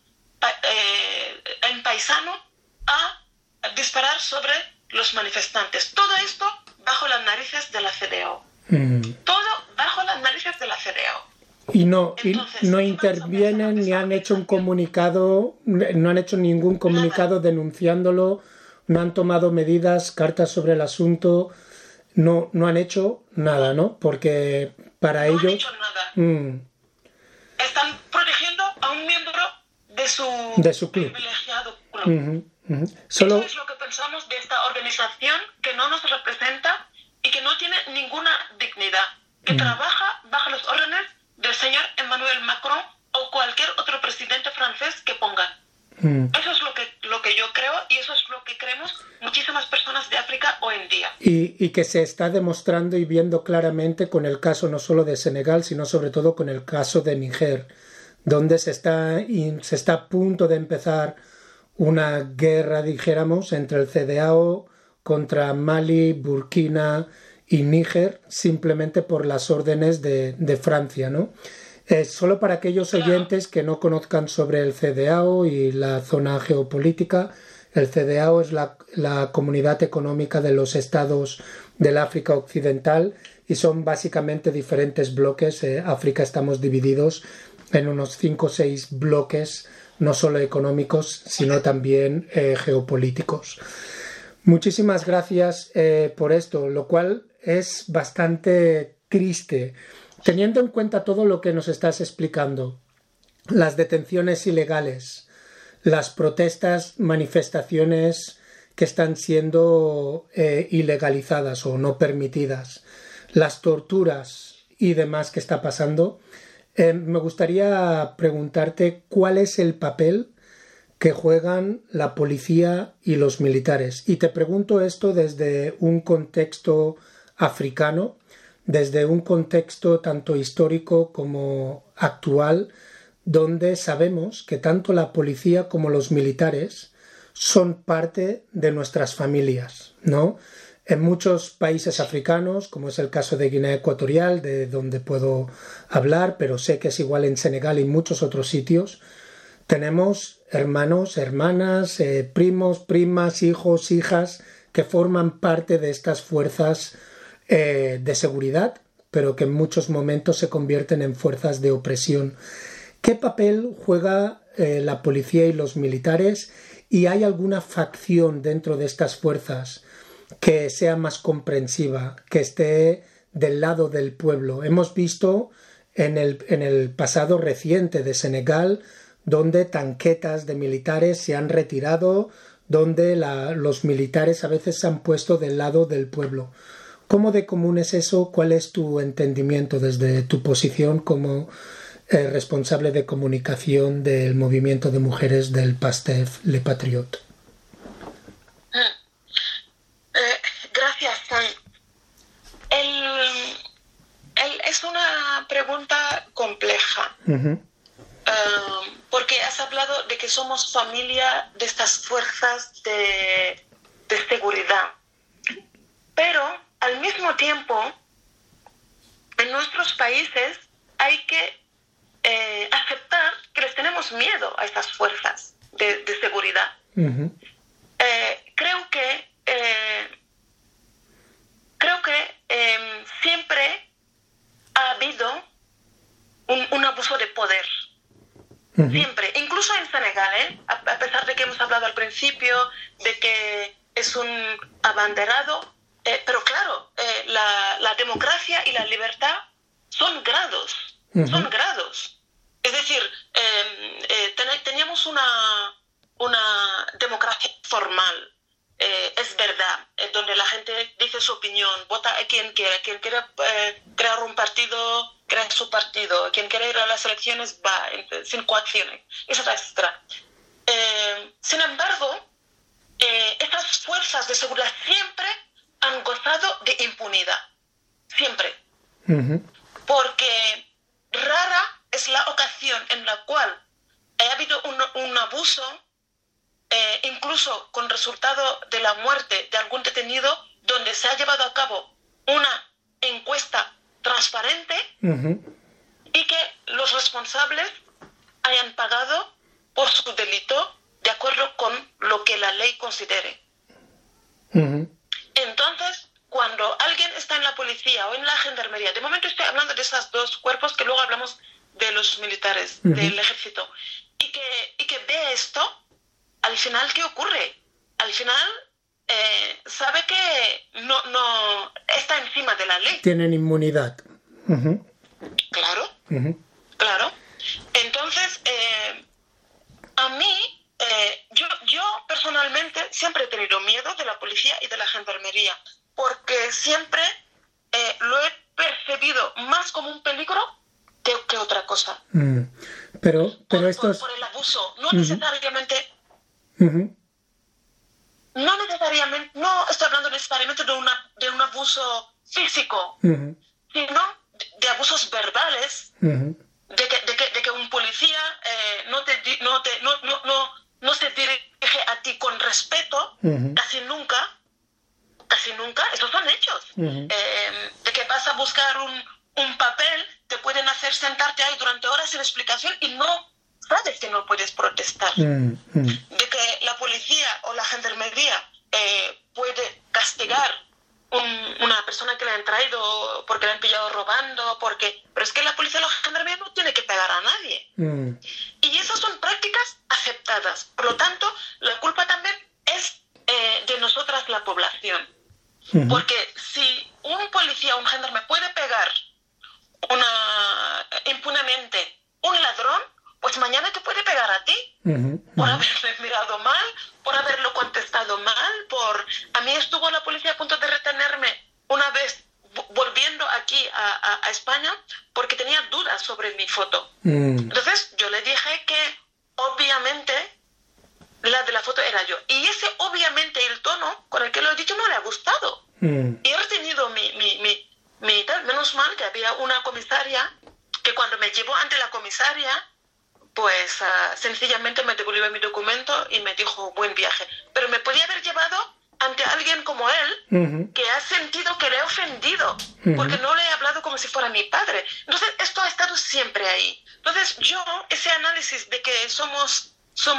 en paisano a disparar sobre los manifestantes. Todo esto bajo las narices de la CDAO. Todo bajo las narices de la CDAO. Y no Entonces, intervienen ni han hecho un comunicado, no han hecho ningún comunicado denunciándolo, no han tomado medidas, cartas sobre el asunto, no han hecho nada, ¿no? Porque para no ellos... han hecho nada. Están protegiendo a un miembro de su club. Privilegiado club. Solo... Eso es lo que pensamos de esta organización que no nos representa y que no tiene ninguna dignidad, que trabaja bajo las órdenes del señor Emmanuel Macron o cualquier otro presidente francés que pongan. Eso es lo que yo creo y eso es lo que creemos muchísimas personas de África hoy en día. Y que se está demostrando y viendo claramente con el caso no solo de Senegal, sino sobre todo con el caso de Níger, donde se está a punto de empezar una guerra, dijéramos, entre el CEDEAO contra Mali, Burkina y Níger, simplemente por las órdenes de Francia, ¿no? Solo para aquellos oyentes que no conozcan sobre el CEDEAO y la zona geopolítica, el CEDEAO es la Comunidad Económica de los Estados del África Occidental y son básicamente diferentes bloques. África estamos divididos en unos 5 o 6 bloques, no solo económicos, sino también geopolíticos. Muchísimas gracias por esto, lo cual es bastante triste. Teniendo en cuenta todo lo que nos estás explicando, las detenciones ilegales, las protestas, manifestaciones que están siendo ilegalizadas o no permitidas, las torturas y demás que está pasando, me gustaría preguntarte cuál es el papel que juegan la policía y los militares. Y te pregunto esto desde un contexto africano, desde un contexto tanto histórico como actual, donde sabemos que tanto la policía como los militares son parte de nuestras familias, ¿no? En muchos países africanos, como es el caso de Guinea Ecuatorial, de donde puedo hablar, pero sé que es igual en Senegal y muchos otros sitios, tenemos hermanos, hermanas, primos, primas, hijos, hijas, que forman parte de estas fuerzas de seguridad, pero que en muchos momentos se convierten en fuerzas de opresión. ¿Qué papel juega la policía y los militares? ¿Y hay alguna facción dentro de estas fuerzas que sea más comprensiva, que esté del lado del pueblo? Hemos visto en el pasado reciente de Senegal, donde tanquetas de militares se han retirado, donde los militares a veces se han puesto del lado del pueblo. ¿Cómo de común es eso? ¿Cuál es tu entendimiento desde tu posición como responsable de comunicación del movimiento de mujeres del PASTEF Le Patriote? Gracias, Sam. Es una pregunta compleja. Porque has hablado de que somos familia de estas fuerzas de seguridad. Pero al mismo tiempo, en nuestros países hay que aceptar que les tenemos miedo a estas fuerzas de seguridad. Creo que siempre ha habido un abuso de poder. Siempre, incluso en Senegal, a pesar de que hemos hablado al principio de que es un abanderado, pero claro, la democracia y la libertad son grados, son grados. Es decir, teníamos una democracia formal, es verdad, donde la gente dice su opinión, vota a quien quiera crear un partido, crea su partido, quien quiera ir a las elecciones va, sin coacciones, etcétera. Sin embargo, estas fuerzas de seguridad siempre han gozado de impunidad, siempre, porque rara es la ocasión en la cual ha habido un abuso, incluso con resultado de la muerte de algún detenido, donde se ha llevado a cabo una encuesta transparente y que los responsables hayan pagado por su delito de acuerdo con lo que la ley considere. Entonces, cuando alguien está en la policía o en la gendarmería, de momento estoy hablando de esos dos cuerpos, que luego hablamos de los militares, del ejército, y que ve esto, al final, ¿qué ocurre? Al final sabe que no está encima de la ley. Tienen inmunidad. Claro, claro. Entonces, a mí, yo personalmente siempre he tenido miedo de la policía y de la gendarmería, porque siempre lo he percibido más como un peligro que otra cosa. Pero estos... por el abuso, no necesariamente... No estoy hablando necesariamente de un abuso físico, sino de abusos verbales, de que un policía no se dirige a ti con respeto, casi nunca, esos son hechos. De que vas a buscar un papel, te pueden hacer sentarte ahí durante horas sin explicación y no sabes que no puedes protestar. De que la policía o la gendarmería puede castigar una persona que le han traído porque le han pillado robando, pero es que la policía o la gendarmería no tiene que pegar a nadie. Y esas son prácticas aceptadas. Por lo tanto, la culpa también es de nosotras, la población. Porque si un policía o un gendarme puede pegar impunemente un ladrón, pues mañana te puede pegar a ti por haberle mirado mal, por haberlo contestado mal, A mí estuvo la policía a punto de retenerme una vez volviendo aquí a España porque tenía dudas sobre mi foto. Entonces yo le dije que obviamente la de la foto era yo. Y ese obviamente el tono con el que lo he dicho no le ha gustado. Y he retenido mi tal. Menos mal que había una comisaria que cuando me llevó ante la comisaria, pues sencillamente me devolvió mi documento y me dijo buen viaje. Pero me podía haber llevado ante alguien como él, que ha sentido que le he ofendido, porque no le he hablado como si fuera mi padre. Entonces esto ha estado siempre ahí. Entonces yo, ese análisis de que somos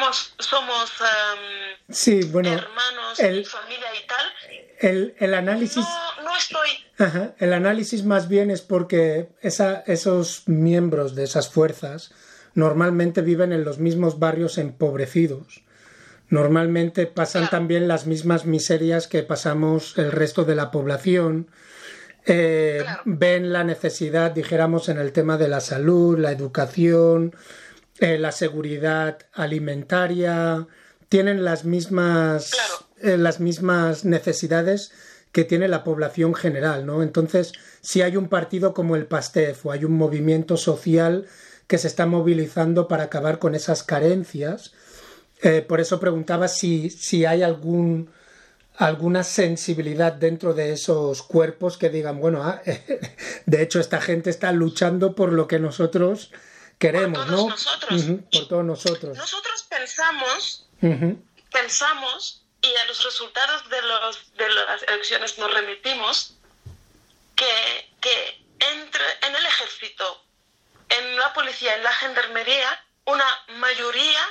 sí, bueno, hermanos y familia y tal, el análisis... No estoy... el análisis más bien es porque esos miembros de esas fuerzas normalmente viven en los mismos barrios empobrecidos. Normalmente pasan también las mismas miserias que pasamos el resto de la población. Ven la necesidad, dijéramos, en el tema de la salud, la educación, la seguridad alimentaria. Tienen las mismas necesidades que tiene la población general, ¿no? Entonces, si hay un partido como el PASTEF o hay un movimiento social que se está movilizando para acabar con esas carencias, por eso preguntaba si hay alguna sensibilidad dentro de esos cuerpos que digan, bueno, de hecho esta gente está luchando por lo que nosotros queremos, por todos ¿no? Nosotros. Por todos nosotros. Nosotros pensamos y a los resultados de las elecciones nos remitimos que en el ejército, en la policía, en la gendarmería, una mayoría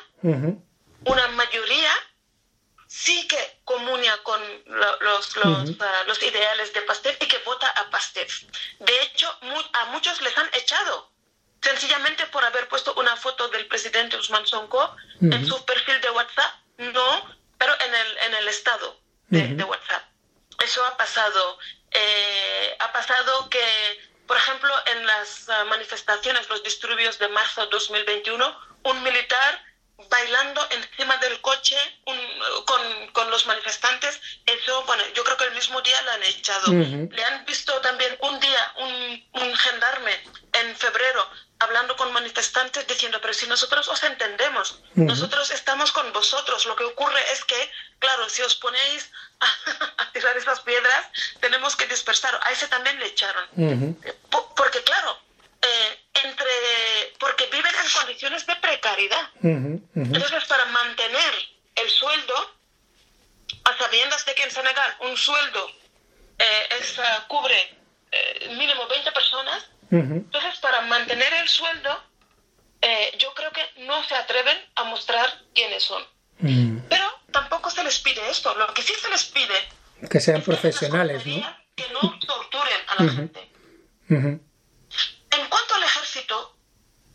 sí que comunia con los ideales de Pastef y que vota a Pastef. De hecho, a muchos les han echado, sencillamente por haber puesto una foto del presidente Ousmane Sonko en su perfil de WhatsApp, pero en el estado de WhatsApp. Eso ha pasado. Ha pasado que, por ejemplo, en las manifestaciones, los disturbios de marzo de 2021, un militar bailando encima del coche con los manifestantes, eso, bueno, yo creo que el mismo día lo han echado. Le han visto también un día un gendarme en febrero hablando con manifestantes diciendo, pero si nosotros os entendemos, nosotros estamos con vosotros, lo que ocurre es que, claro, si os ponéis a tirar esas piedras, tenemos que dispersar. A ese también le echaron. Porque, claro, porque viven en condiciones de precariedad. Entonces, para mantener el sueldo, a sabiendas de que en Senegal un sueldo cubre mínimo 20 personas, entonces para mantener el sueldo, yo creo que no se atreven a mostrar quiénes son. Pero tampoco se les pide esto. Lo que sí se les pide que sean profesionales, ¿no? Que no torturen a la gente. En cuanto al ejército,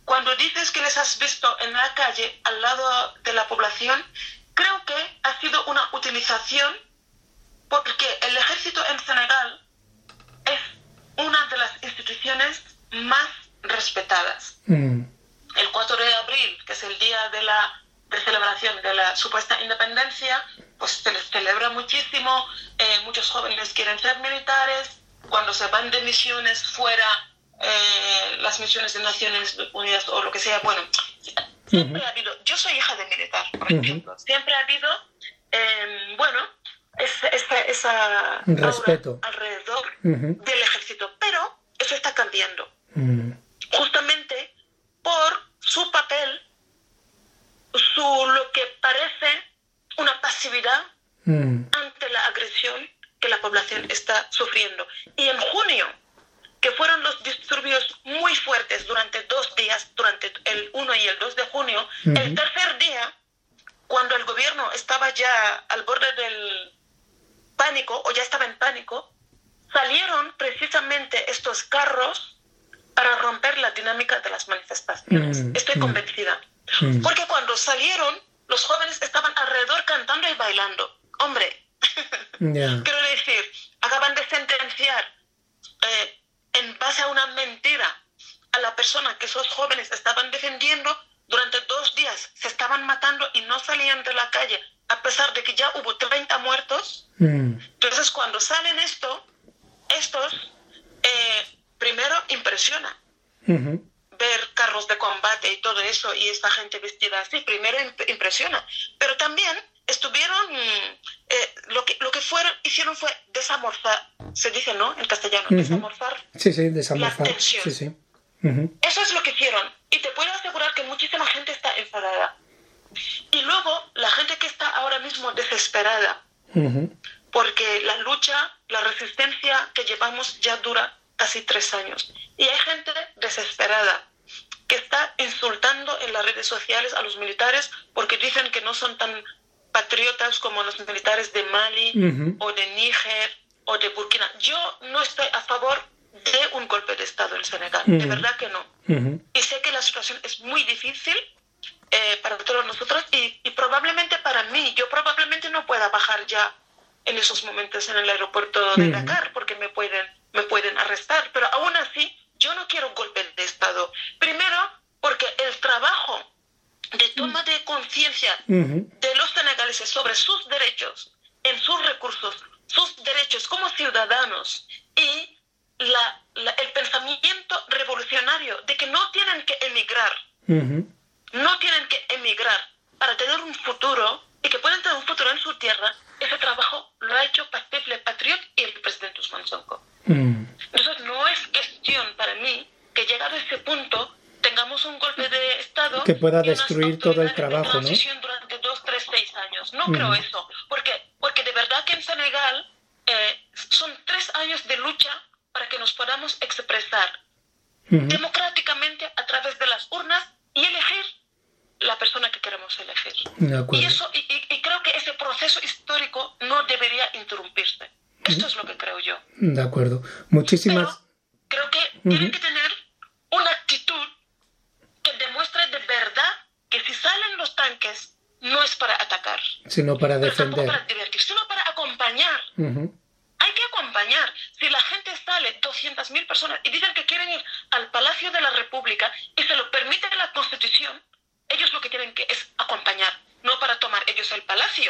cuando dices que les has visto en la calle al lado de la población, creo que ha sido una utilización, porque el ejército en Senegal es una de las instituciones más respetadas. El 4 de abril, que es el día de celebración de la supuesta independencia, pues se les celebra muchísimo. Muchos jóvenes quieren ser militares. Cuando se van de misiones fuera, las misiones de Naciones Unidas o lo que sea, bueno, siempre ha habido, yo soy hija de militar, por ejemplo, siempre ha habido, esa respeto alrededor del ejército, pero eso está cambiando, justamente por su papel, lo que parece una pasividad ante la agresión que la población está sufriendo. Y en junio, que fueron los disturbios muy fuertes durante 2 días, durante el 1 y el 2 de junio, el tercer día, cuando el gobierno estaba ya al borde del pánico, o ya estaba en pánico, salieron precisamente estos carros para romper la dinámica de las manifestaciones. Estoy convencida. Porque cuando salieron, los jóvenes estaban alrededor cantando y bailando. Hombre, quiero decir, acaban de sentenciar en base a una mentira a la persona que esos jóvenes estaban defendiendo. Durante 2 días se estaban matando y no salían de la calle, a pesar de que ya hubo 30 muertos. Entonces, cuando salen estos, primero impresiona ver carros de combate y todo eso, y esta gente vestida así, primero impresiona. Pero también estuvieron, lo que hicieron fue desamorfar, se dice, ¿no?, en castellano, desamorfar. Sí, desamorfar. La tensión. Sí. Eso es lo que hicieron, y te puedo asegurar que muchísima gente está enfadada. Y luego, la gente que está ahora mismo desesperada, porque la lucha, la resistencia que llevamos ya dura casi 3 años. Y hay gente desesperada que está insultando en las redes sociales a los militares porque dicen que no son tan patriotas como los militares de Mali o de Níger o de Burkina. Yo no estoy a favor de un golpe de Estado en Senegal, de verdad que no. Y sé que la situación es muy difícil para todos nosotros y probablemente para mí, yo probablemente no pueda bajar ya en esos momentos en el aeropuerto de Dakar porque me pueden arrestar, pero aún así yo no quiero un golpe de Estado. Primero, porque el trabajo de toma de conciencia de los senegaleses sobre sus derechos, en sus recursos, sus derechos como ciudadanos y el pensamiento revolucionario de que no tienen que emigrar, no tienen que emigrar para tener un futuro y que pueden tener un futuro en su tierra, ese trabajo lo ha hecho Pastef Patriot y el presidente Ousmane Sonko. Entonces no es cuestión para mí que llegado a ese punto tengamos un golpe de Estado que pueda destruir todo el trabajo, ¿no? Durante 2, 3, 6 años. No creo eso, porque de verdad que en Senegal son 3 años de lucha para que nos podamos expresar democráticamente a través de las urnas y elegir la persona que queremos elegir. Y creo que ese proceso histórico no debería interrumpirse. Esto es lo que creo yo. De acuerdo. Muchísimas. Pero creo que tienen que tener una actitud que demuestre de verdad que si salen los tanques no es para atacar, sino para defender. Tampoco para divertir, sino para acompañar. Hay que acompañar. Si la gente sale, 200.000 personas, y dicen que quieren ir al Palacio de la República y se lo permite la Constitución, ellos lo que tienen que es acompañar, no para tomar ellos el palacio,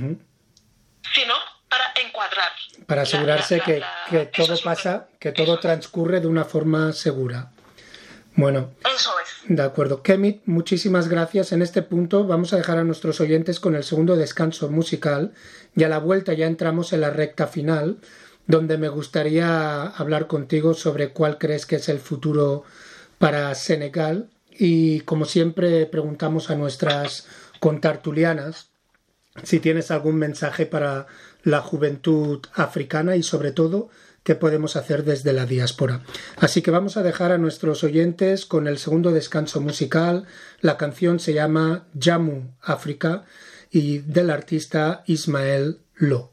sino para encuadrar. Para asegurarse que todo pasa, que todo transcurre de una forma segura. Bueno, eso es. De acuerdo. Kemit, muchísimas gracias. En este punto vamos a dejar a nuestros oyentes con el segundo descanso musical y a la vuelta ya entramos en la recta final, donde me gustaría hablar contigo sobre cuál crees que es el futuro para Senegal. Y como siempre preguntamos a nuestras contertulianas si tienes algún mensaje para la juventud africana y sobre todo qué podemos hacer desde la diáspora. Así que vamos a dejar a nuestros oyentes con el segundo descanso musical. La canción se llama Jammu Africa y del artista Ismael Lo.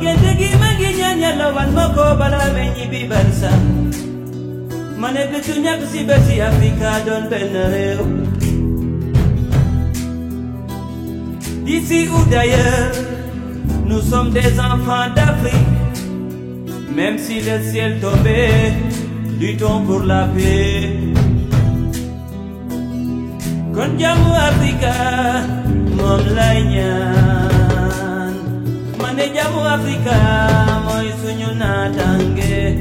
Gentegi mangi nyanya wan moko bala menyi bi barsa. Mane betunya si besi Afrika don benere. D'ici ou d'ailleurs, nous sommes des enfants d'Afrique. Même si le ciel tombait, luttons pour la paix. Kon jamu Afrika, mom lay ñaan. Mane jamu Afrika, moy suñu natange.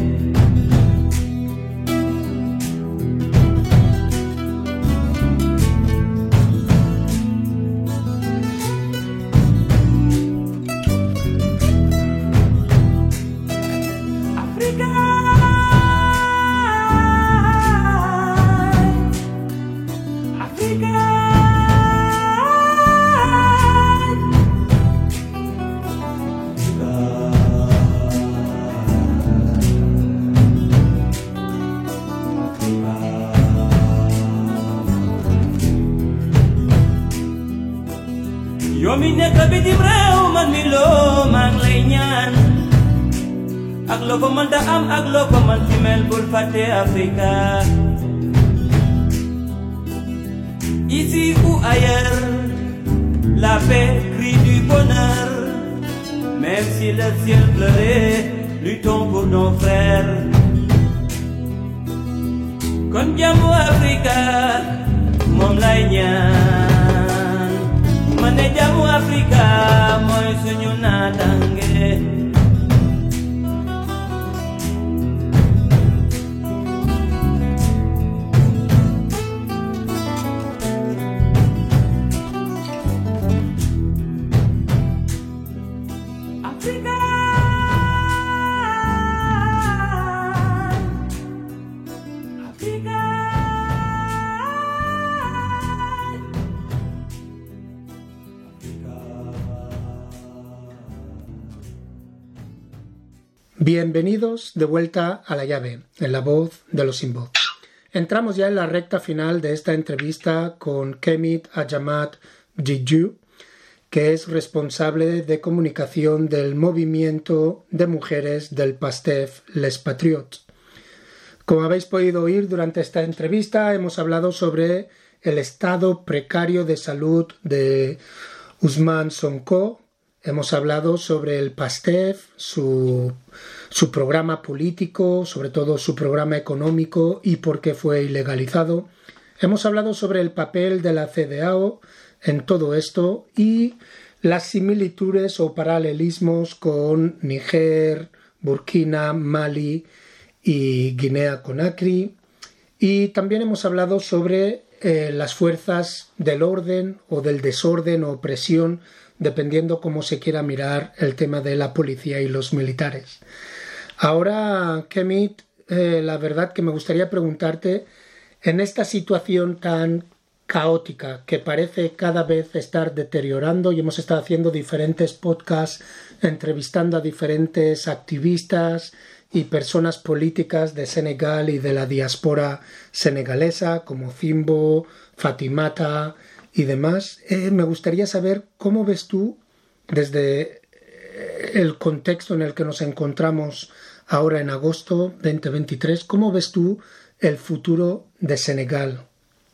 Yomine kabidim rew man mi lo mang lay ñaan ak lo ko man da am ak lo ko man ci mel bul faté Afrika. Ici ou ailleurs, la paix crie du bonheur. Même si le ciel pleurait, luttons pour nos frères. Kon jamu Afrika, mom lay ñaan. Mane jamu Afrika, moy suñu natange. Bienvenidos de vuelta a La Llave, en la voz de los sin voz. Entramos ya en la recta final de esta entrevista con Kemit Ajamat Diédhiou, que es responsable de comunicación del movimiento de mujeres del PASTEF Les Patriotes. Como habéis podido oír durante esta entrevista, hemos hablado sobre el estado precario de salud de Ousmane Sonko. Hemos hablado sobre el PASTEF, su programa político, sobre todo su programa económico y por qué fue ilegalizado. Hemos hablado sobre el papel de la CEDEAO en todo esto y las similitudes o paralelismos con Níger, Burkina, Mali y Guinea-Conakry. Y también hemos hablado sobre las fuerzas del orden o del desorden o opresión, dependiendo cómo se quiera mirar el tema de la policía y los militares. Ahora, Kemit, la verdad que me gustaría preguntarte, en esta situación tan caótica que parece cada vez estar deteriorando, y hemos estado haciendo diferentes podcasts entrevistando a diferentes activistas y personas políticas de Senegal y de la diáspora senegalesa, como Zimbo, Fatimata y demás. Me gustaría saber cómo ves tú, desde el contexto en el que nos encontramos ahora en agosto 2023, cómo ves tú el futuro de Senegal.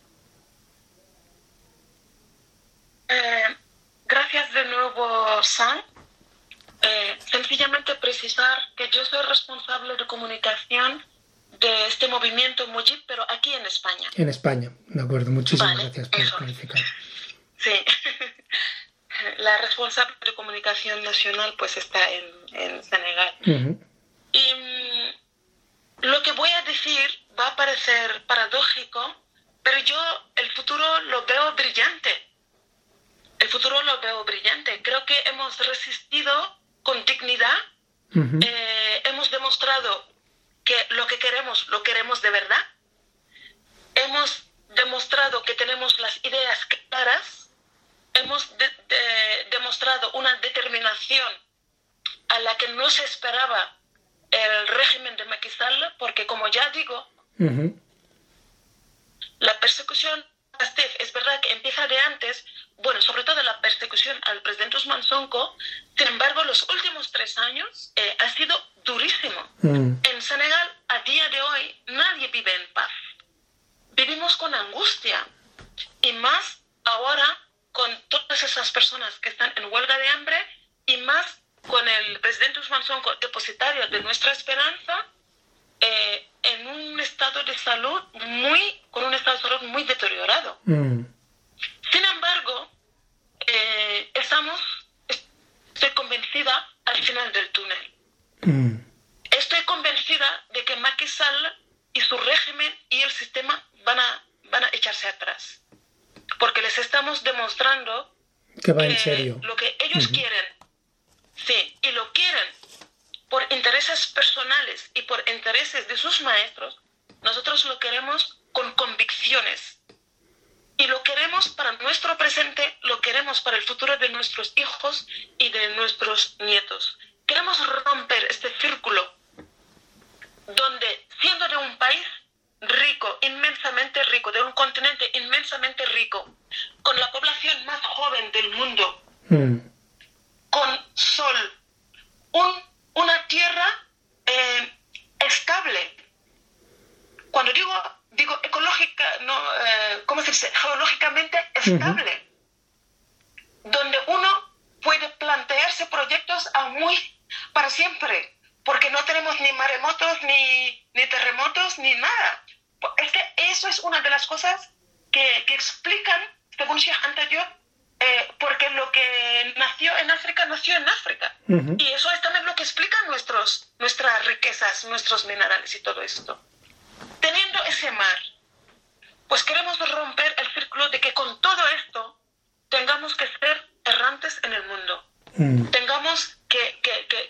Gracias de nuevo, Sam. Sencillamente precisar que yo soy responsable de comunicación de este movimiento Mujib, pero aquí en España. En España, de acuerdo. Muchísimas gracias por clarificar. Sí. La responsable de comunicación nacional pues está en Senegal. Uh-huh. Y lo que voy a decir va a parecer paradójico, pero yo el futuro lo veo brillante. El futuro lo veo brillante. Creo que hemos resistido con dignidad. Uh-huh. Hemos demostrado que lo queremos de verdad. Hemos demostrado que tenemos las ideas claras. Hemos demostrado una determinación a la que no se esperaba el régimen de Macky Sall, porque como ya digo, uh-huh, la persecución ha Steve, es verdad que empieza de antes, bueno, sobre todo la persecución al presidente Ousmane Sonko. Sin embargo, los últimos 3 años ha sido durísimo. En Senegal, a día de hoy, nadie vive en paz. Vivimos con angustia. Y más ahora con todas esas personas que están en huelga de hambre y más con el presidente Ousmane Sonko, depositario de nuestra esperanza, en un estado de salud muy deteriorado. Sin embargo, estoy convencida al final del túnel. Estoy convencida de que Macky Sall y su régimen y el sistema van a echarse atrás, porque les estamos demostrando que va en serio. Lo que ellos quieren, sí, y lo quieren por intereses personales y por intereses de sus maestros. Nosotros lo queremos con convicciones y lo queremos para nuestro presente, lo queremos para el futuro de nuestros hijos y de nuestros nietos. Queremos romper este círculo donde, siendo de un país rico, inmensamente rico, de un continente inmensamente rico, con la población más joven del mundo, con sol, una tierra estable. Cuando digo ecológica, no, ¿cómo se dice? Geológicamente estable, donde uno puede plantearse proyectos para siempre, porque no tenemos ni maremotos, ni terremotos, ni nada. Es que eso es una de las cosas que explican, según Sheikh Anta Diop, porque lo que nació en África. Y eso es también lo que explica nuestras riquezas, nuestros minerales y todo esto. Teniendo ese mar, pues queremos romper el círculo de que con todo esto tengamos que ser errantes en el mundo. Tengamos que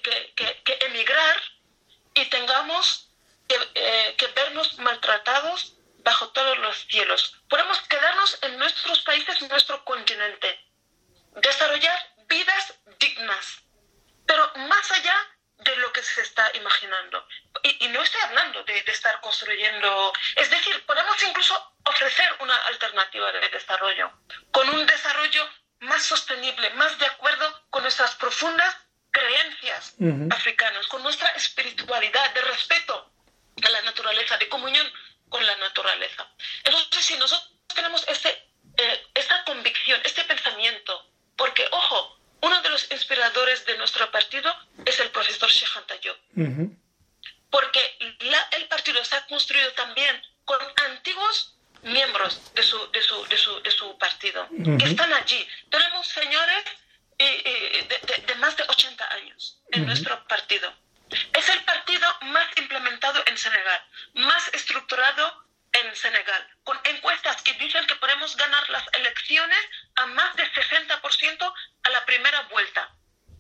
emigrar y tengamos que vernos maltratados bajo todos los cielos. Podemos quedarnos en nuestros países, en nuestro continente, desarrollar vidas dignas, pero más allá de lo que se está imaginando. Y no estoy hablando de estar construyendo, es decir, podemos incluso ofrecer una alternativa de desarrollo, con un desarrollo más sostenible, más de acuerdo con nuestras profundas creencias africanas, con nuestra espiritualidad de respeto a la naturaleza, de comunión con la naturaleza. Entonces, si nosotros tenemos esta convicción, este pensamiento, porque, ojo, uno de los inspiradores de nuestro partido es el profesor Sheikh Anta Diop, porque el partido se ha construido también con antiguos miembros de su partido, que están allí. Tenemos señores de más de 80 años en nuestro partido. Es el partido más implementado en Senegal, más estructurado en Senegal, con encuestas que dicen que podemos ganar las elecciones a más de 60% a la primera vuelta.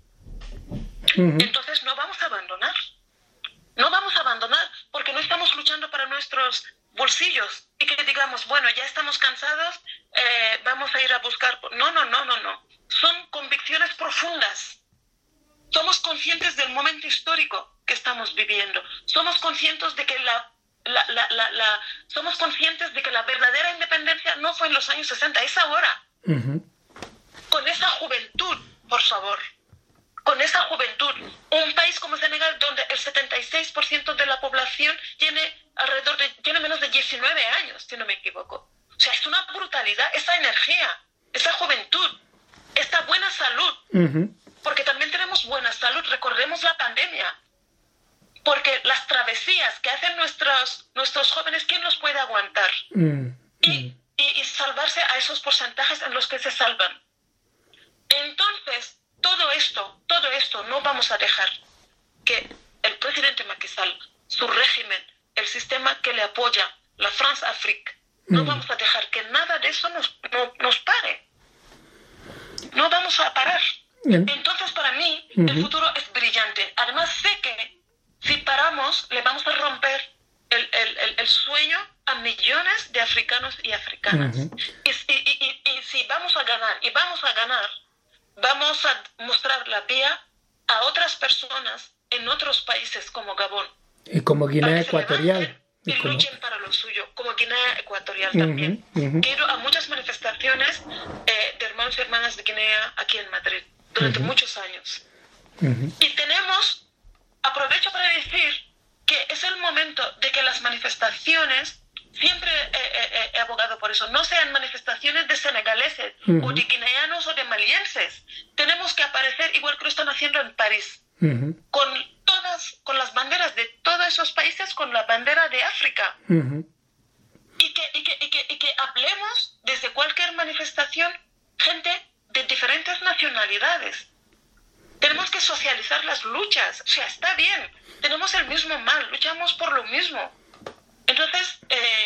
Entonces no vamos a abandonar. No vamos a abandonar porque no estamos luchando para nuestros bolsillos y que digamos, bueno, ya estamos cansados, vamos a ir a buscar. No. Son convicciones profundas. Somos conscientes del momento histórico que estamos viviendo. Somos conscientes de que somos conscientes de que la verdadera independencia no fue en los años 60, es ahora. Con esa juventud, por favor. Con esa juventud. Un país como Senegal, donde el 76% de la población tiene menos de 19 años, si no me equivoco. O sea, es una brutalidad, esa energía, esa juventud, esta buena salud. Porque también tenemos buena salud, recordemos la pandemia. Porque las travesías que hacen nuestros jóvenes, ¿quién los puede aguantar? Y salvarse a esos porcentajes en los que se salvan. Entonces, todo esto no vamos a dejar que el presidente Macky Sall, su régimen, el sistema que le apoya, la France Afrique, no vamos a dejar que nada de eso nos pare. No vamos a parar. Entonces, para mí, el futuro es brillante. Además, sé que si paramos, le vamos a romper el sueño a millones de africanos y africanas. Y si vamos a ganar, vamos a mostrar la vía a otras personas en otros países como Gabón. Y como Guinea Ecuatorial. y luchen para lo suyo, como Guinea Ecuatorial también. He ido a muchas manifestaciones de hermanos y hermanas de Guinea aquí en Madrid durante muchos años. Y aprovecho para decir que es el momento de que las manifestaciones, siempre he abogado por eso, no sean manifestaciones de senegaleses o de guineanos o de malienses. Tenemos que aparecer igual que lo están haciendo en París, con las banderas de todos esos países, con la bandera de África. Y que hablemos desde cualquier manifestación, gente de diferentes nacionalidades. Tenemos que socializar las luchas. O sea, está bien, tenemos el mismo mal, luchamos por lo mismo. Entonces,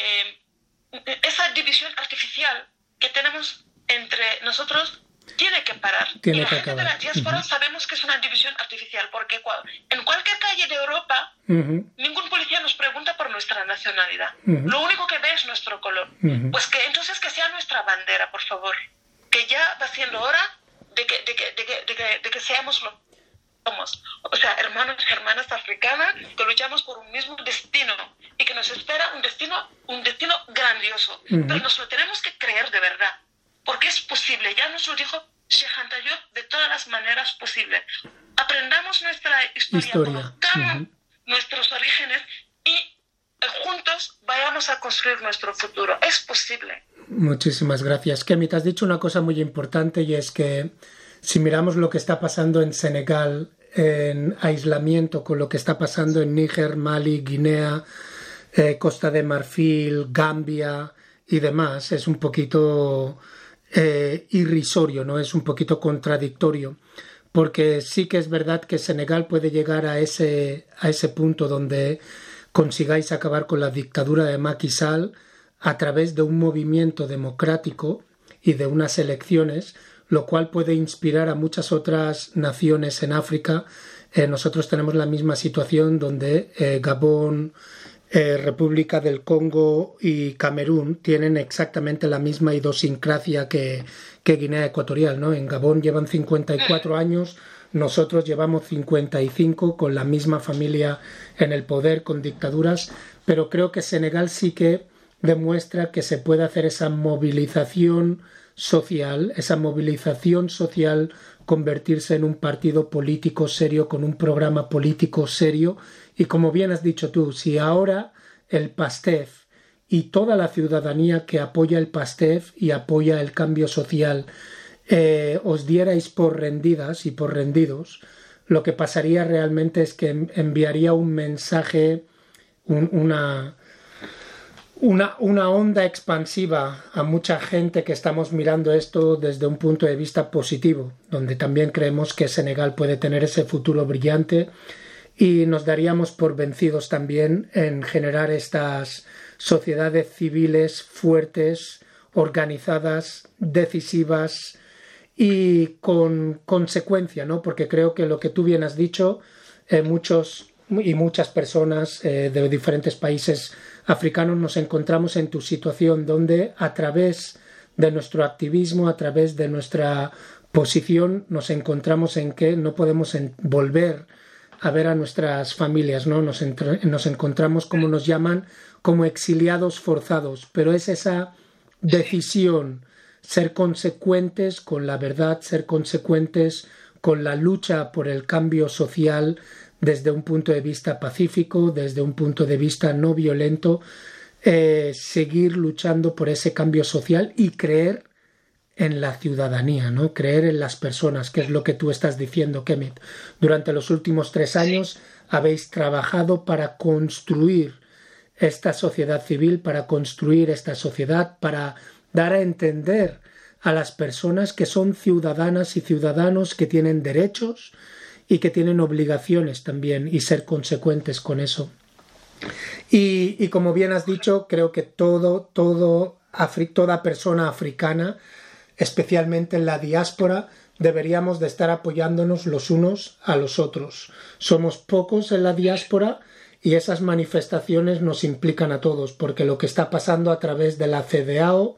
esa división artificial que tenemos entre nosotros tiene que parar. Y la gente de la diáspora sabemos que es una división artificial, porque en cualquier calle de Europa, ningún policía nos pregunta por nuestra nacionalidad. Lo único que ve es nuestro color. Pues que entonces que sea nuestra bandera, por favor. Que ya va siendo hora de que seamos lo que somos. O sea, hermanos y hermanas africanas que luchamos por un mismo destino y que nos espera un destino grandioso. Pero nos lo tenemos que creer de verdad. Porque es posible, ya nos lo dijo Sheikh Anta Diop de todas las maneras posibles. Aprendamos nuestra historia. Conozcamos nuestros orígenes y juntos vayamos a construir nuestro futuro. Es posible. Muchísimas gracias. Kemi, te has dicho una cosa muy importante, y es que si miramos lo que está pasando en Senegal en aislamiento con lo que está pasando en Níger, Mali, Guinea, Costa de Marfil, Gambia y demás, es un poquito irrisorio, ¿no? Es un poquito contradictorio, porque sí que es verdad que Senegal puede llegar a ese punto donde consigáis acabar con la dictadura de Macky Sall a través de un movimiento democrático y de unas elecciones, lo cual puede inspirar a muchas otras naciones en África. Nosotros tenemos la misma situación donde Gabón, República del Congo y Camerún tienen exactamente la misma idiosincrasia que Guinea Ecuatorial, ¿no? En Gabón llevan 54 años, nosotros llevamos 55 con la misma familia en el poder, con dictaduras, pero creo que Senegal sí que demuestra que se puede hacer esa movilización social, convertirse en un partido político serio, con un programa político serio. Y como bien has dicho tú, si ahora el PASTEF y toda la ciudadanía que apoya el PASTEF y apoya el cambio social os dierais por rendidas y por rendidos, lo que pasaría realmente es que enviaría un mensaje, una onda expansiva a mucha gente que estamos mirando esto desde un punto de vista positivo, donde también creemos que Senegal puede tener ese futuro brillante, y nos daríamos por vencidos también en generar estas sociedades civiles fuertes, organizadas, decisivas y con consecuencia, ¿no? Porque creo que lo que tú bien has dicho, muchas personas de diferentes países africanos nos encontramos en tu situación, donde a través de nuestro activismo, a través de nuestra posición, nos encontramos en que no podemos volver a ver a nuestras familias, ¿no? Nos encontramos, como nos llaman, como exiliados forzados, pero es esa decisión, ser consecuentes con la verdad, ser consecuentes con la lucha por el cambio social desde un punto de vista pacífico, desde un punto de vista no violento, seguir luchando por ese cambio social y creer en la ciudadanía, ¿no? Creer en las personas, que es lo que tú estás diciendo, Kemit. Durante los últimos 3 años habéis trabajado para construir esta sociedad civil, para construir esta sociedad, para dar a entender a las personas que son ciudadanas y ciudadanos, que tienen derechos y que tienen obligaciones también, y ser consecuentes con eso. Y como bien has dicho, creo que toda persona africana, especialmente en la diáspora, deberíamos de estar apoyándonos los unos a los otros. Somos pocos en la diáspora y esas manifestaciones nos implican a todos, porque lo que está pasando a través de la CEDEAO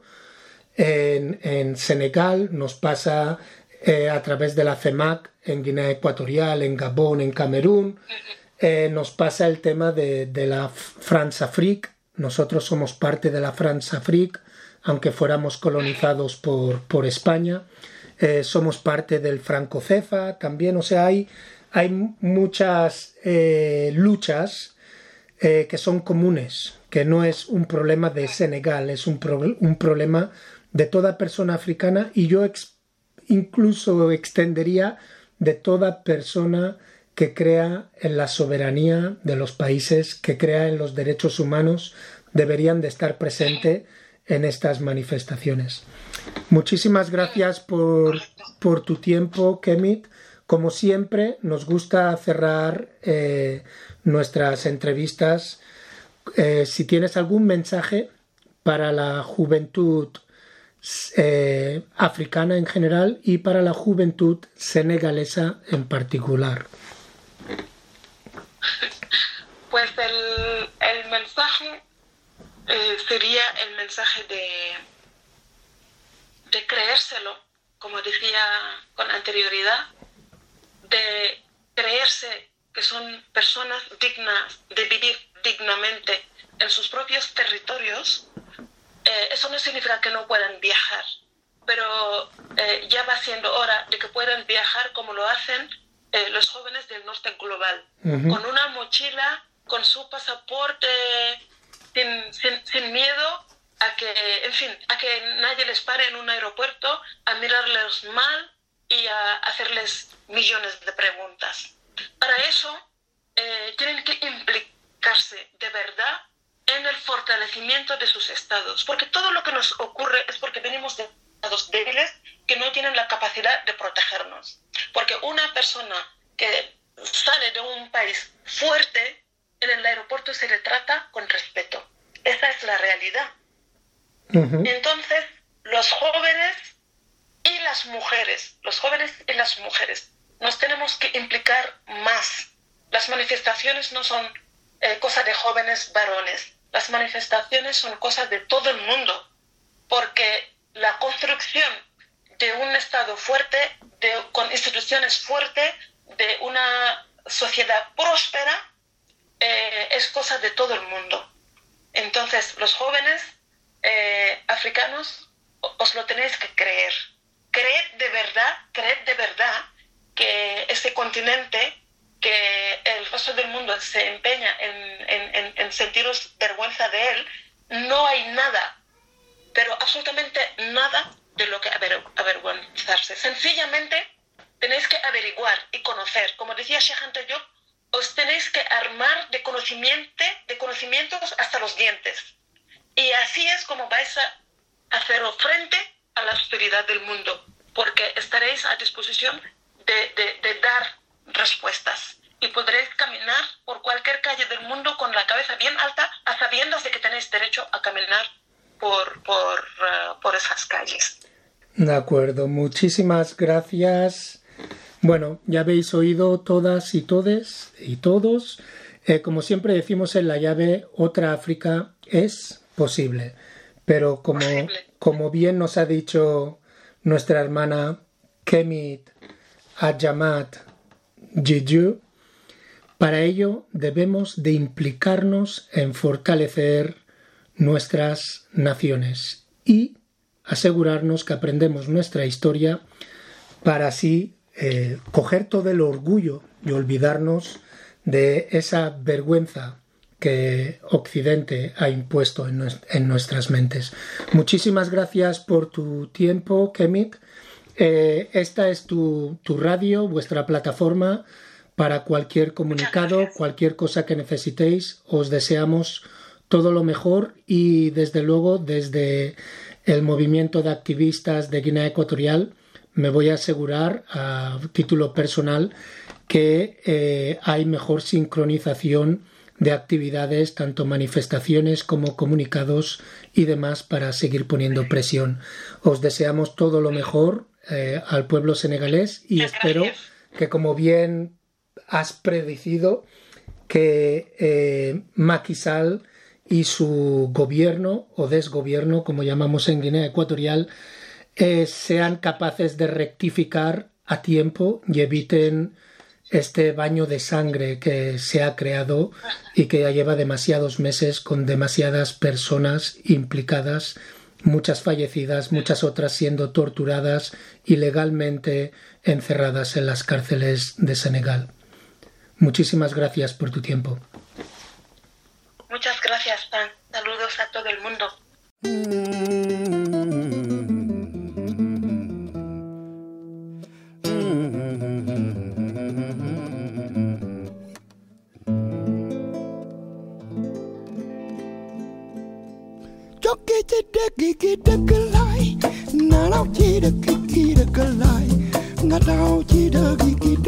en Senegal nos pasa a través de la CEMAC en Guinea Ecuatorial, en Gabón, en Camerún. Nos pasa el tema de la France-Afrique nosotros somos parte de la France-Afrique, aunque fuéramos colonizados por España. Somos parte del Francocefa también, o sea, hay muchas luchas que son comunes, que no es un problema de Senegal, es un problema de toda persona africana, y yo incluso extendería de toda persona que crea en la soberanía de los países, que crea en los derechos humanos, deberían de estar presentes en estas manifestaciones. Muchísimas gracias por tu tiempo, Kemit. Como siempre, nos gusta cerrar nuestras entrevistas. Si tienes algún mensaje para la juventud africana en general y para la juventud senegalesa en particular. Pues el mensaje sería el mensaje de creérselo, como decía con anterioridad, de creerse que son personas dignas de vivir dignamente en sus propios territorios. Eso no significa que no puedan viajar, pero ya va siendo hora de que puedan viajar como lo hacen los jóvenes del norte global, con una mochila, con su pasaporte, sin miedo a que, en fin, a que nadie les pare en un aeropuerto a mirarles mal y a hacerles millones de preguntas. Para eso tienen que implicarse de verdad en el fortalecimiento de sus estados, porque todo lo que nos ocurre es porque venimos de estados débiles que no tienen la capacidad de protegernos. Porque una persona que sale de un país fuerte, en el aeropuerto se le trata con respeto. Esa es la realidad. Entonces, los jóvenes y las mujeres, nos tenemos que implicar más. Las manifestaciones no son cosa de jóvenes varones. Las manifestaciones son cosas de todo el mundo, porque la construcción de un Estado fuerte, con instituciones fuertes, de una sociedad próspera, es cosa de todo el mundo. Entonces, los jóvenes africanos, os lo tenéis que creer. Creed de verdad que este continente, que el resto del mundo se empeña en sentiros vergüenza de él, no hay nada, pero absolutamente nada de lo que avergonzarse. Sencillamente tenéis que averiguar y conocer. Como decía Sheikh Anta Diop, os tenéis que armar de conocimientos hasta los dientes. Y así es como vais a hacer frente a la prosperidad del mundo, porque estaréis a disposición de dar respuestas y podréis caminar por cualquier calle del mundo con la cabeza bien alta, a sabiendas de que tenéis derecho a caminar por esas calles. De acuerdo, muchísimas gracias. Bueno, ya habéis oído todas y todes y todos. Como siempre decimos en La Llave, otra África es posible. Pero como bien nos ha dicho nuestra hermana Kemit Adjamat Diédhiou, para ello debemos de implicarnos en fortalecer nuestras naciones y asegurarnos que aprendemos nuestra historia para así coger todo el orgullo y olvidarnos de esa vergüenza que Occidente ha impuesto en nuestras mentes. Muchísimas gracias por tu tiempo, Kemit. Esta es tu radio, vuestra plataforma para cualquier comunicado, cualquier cosa que necesitéis. Os deseamos todo lo mejor y desde luego desde el movimiento de activistas de Guinea Ecuatorial me voy a asegurar a título personal que hay mejor sincronización de actividades, tanto manifestaciones como comunicados y demás para seguir poniendo presión. Os deseamos todo lo mejor al pueblo senegalés y espero que, como bien has predicido, que Macky Sall y su gobierno o desgobierno, como llamamos en Guinea Ecuatorial, sean capaces de rectificar a tiempo y eviten este baño de sangre que se ha creado y que ya lleva demasiados meses con demasiadas personas implicadas, muchas fallecidas, muchas otras siendo torturadas ilegalmente encerradas en las cárceles de Senegal. Muchísimas gracias por tu tiempo. Muchas gracias, Tan. Saludos a todo el mundo. Nga tao chi da gi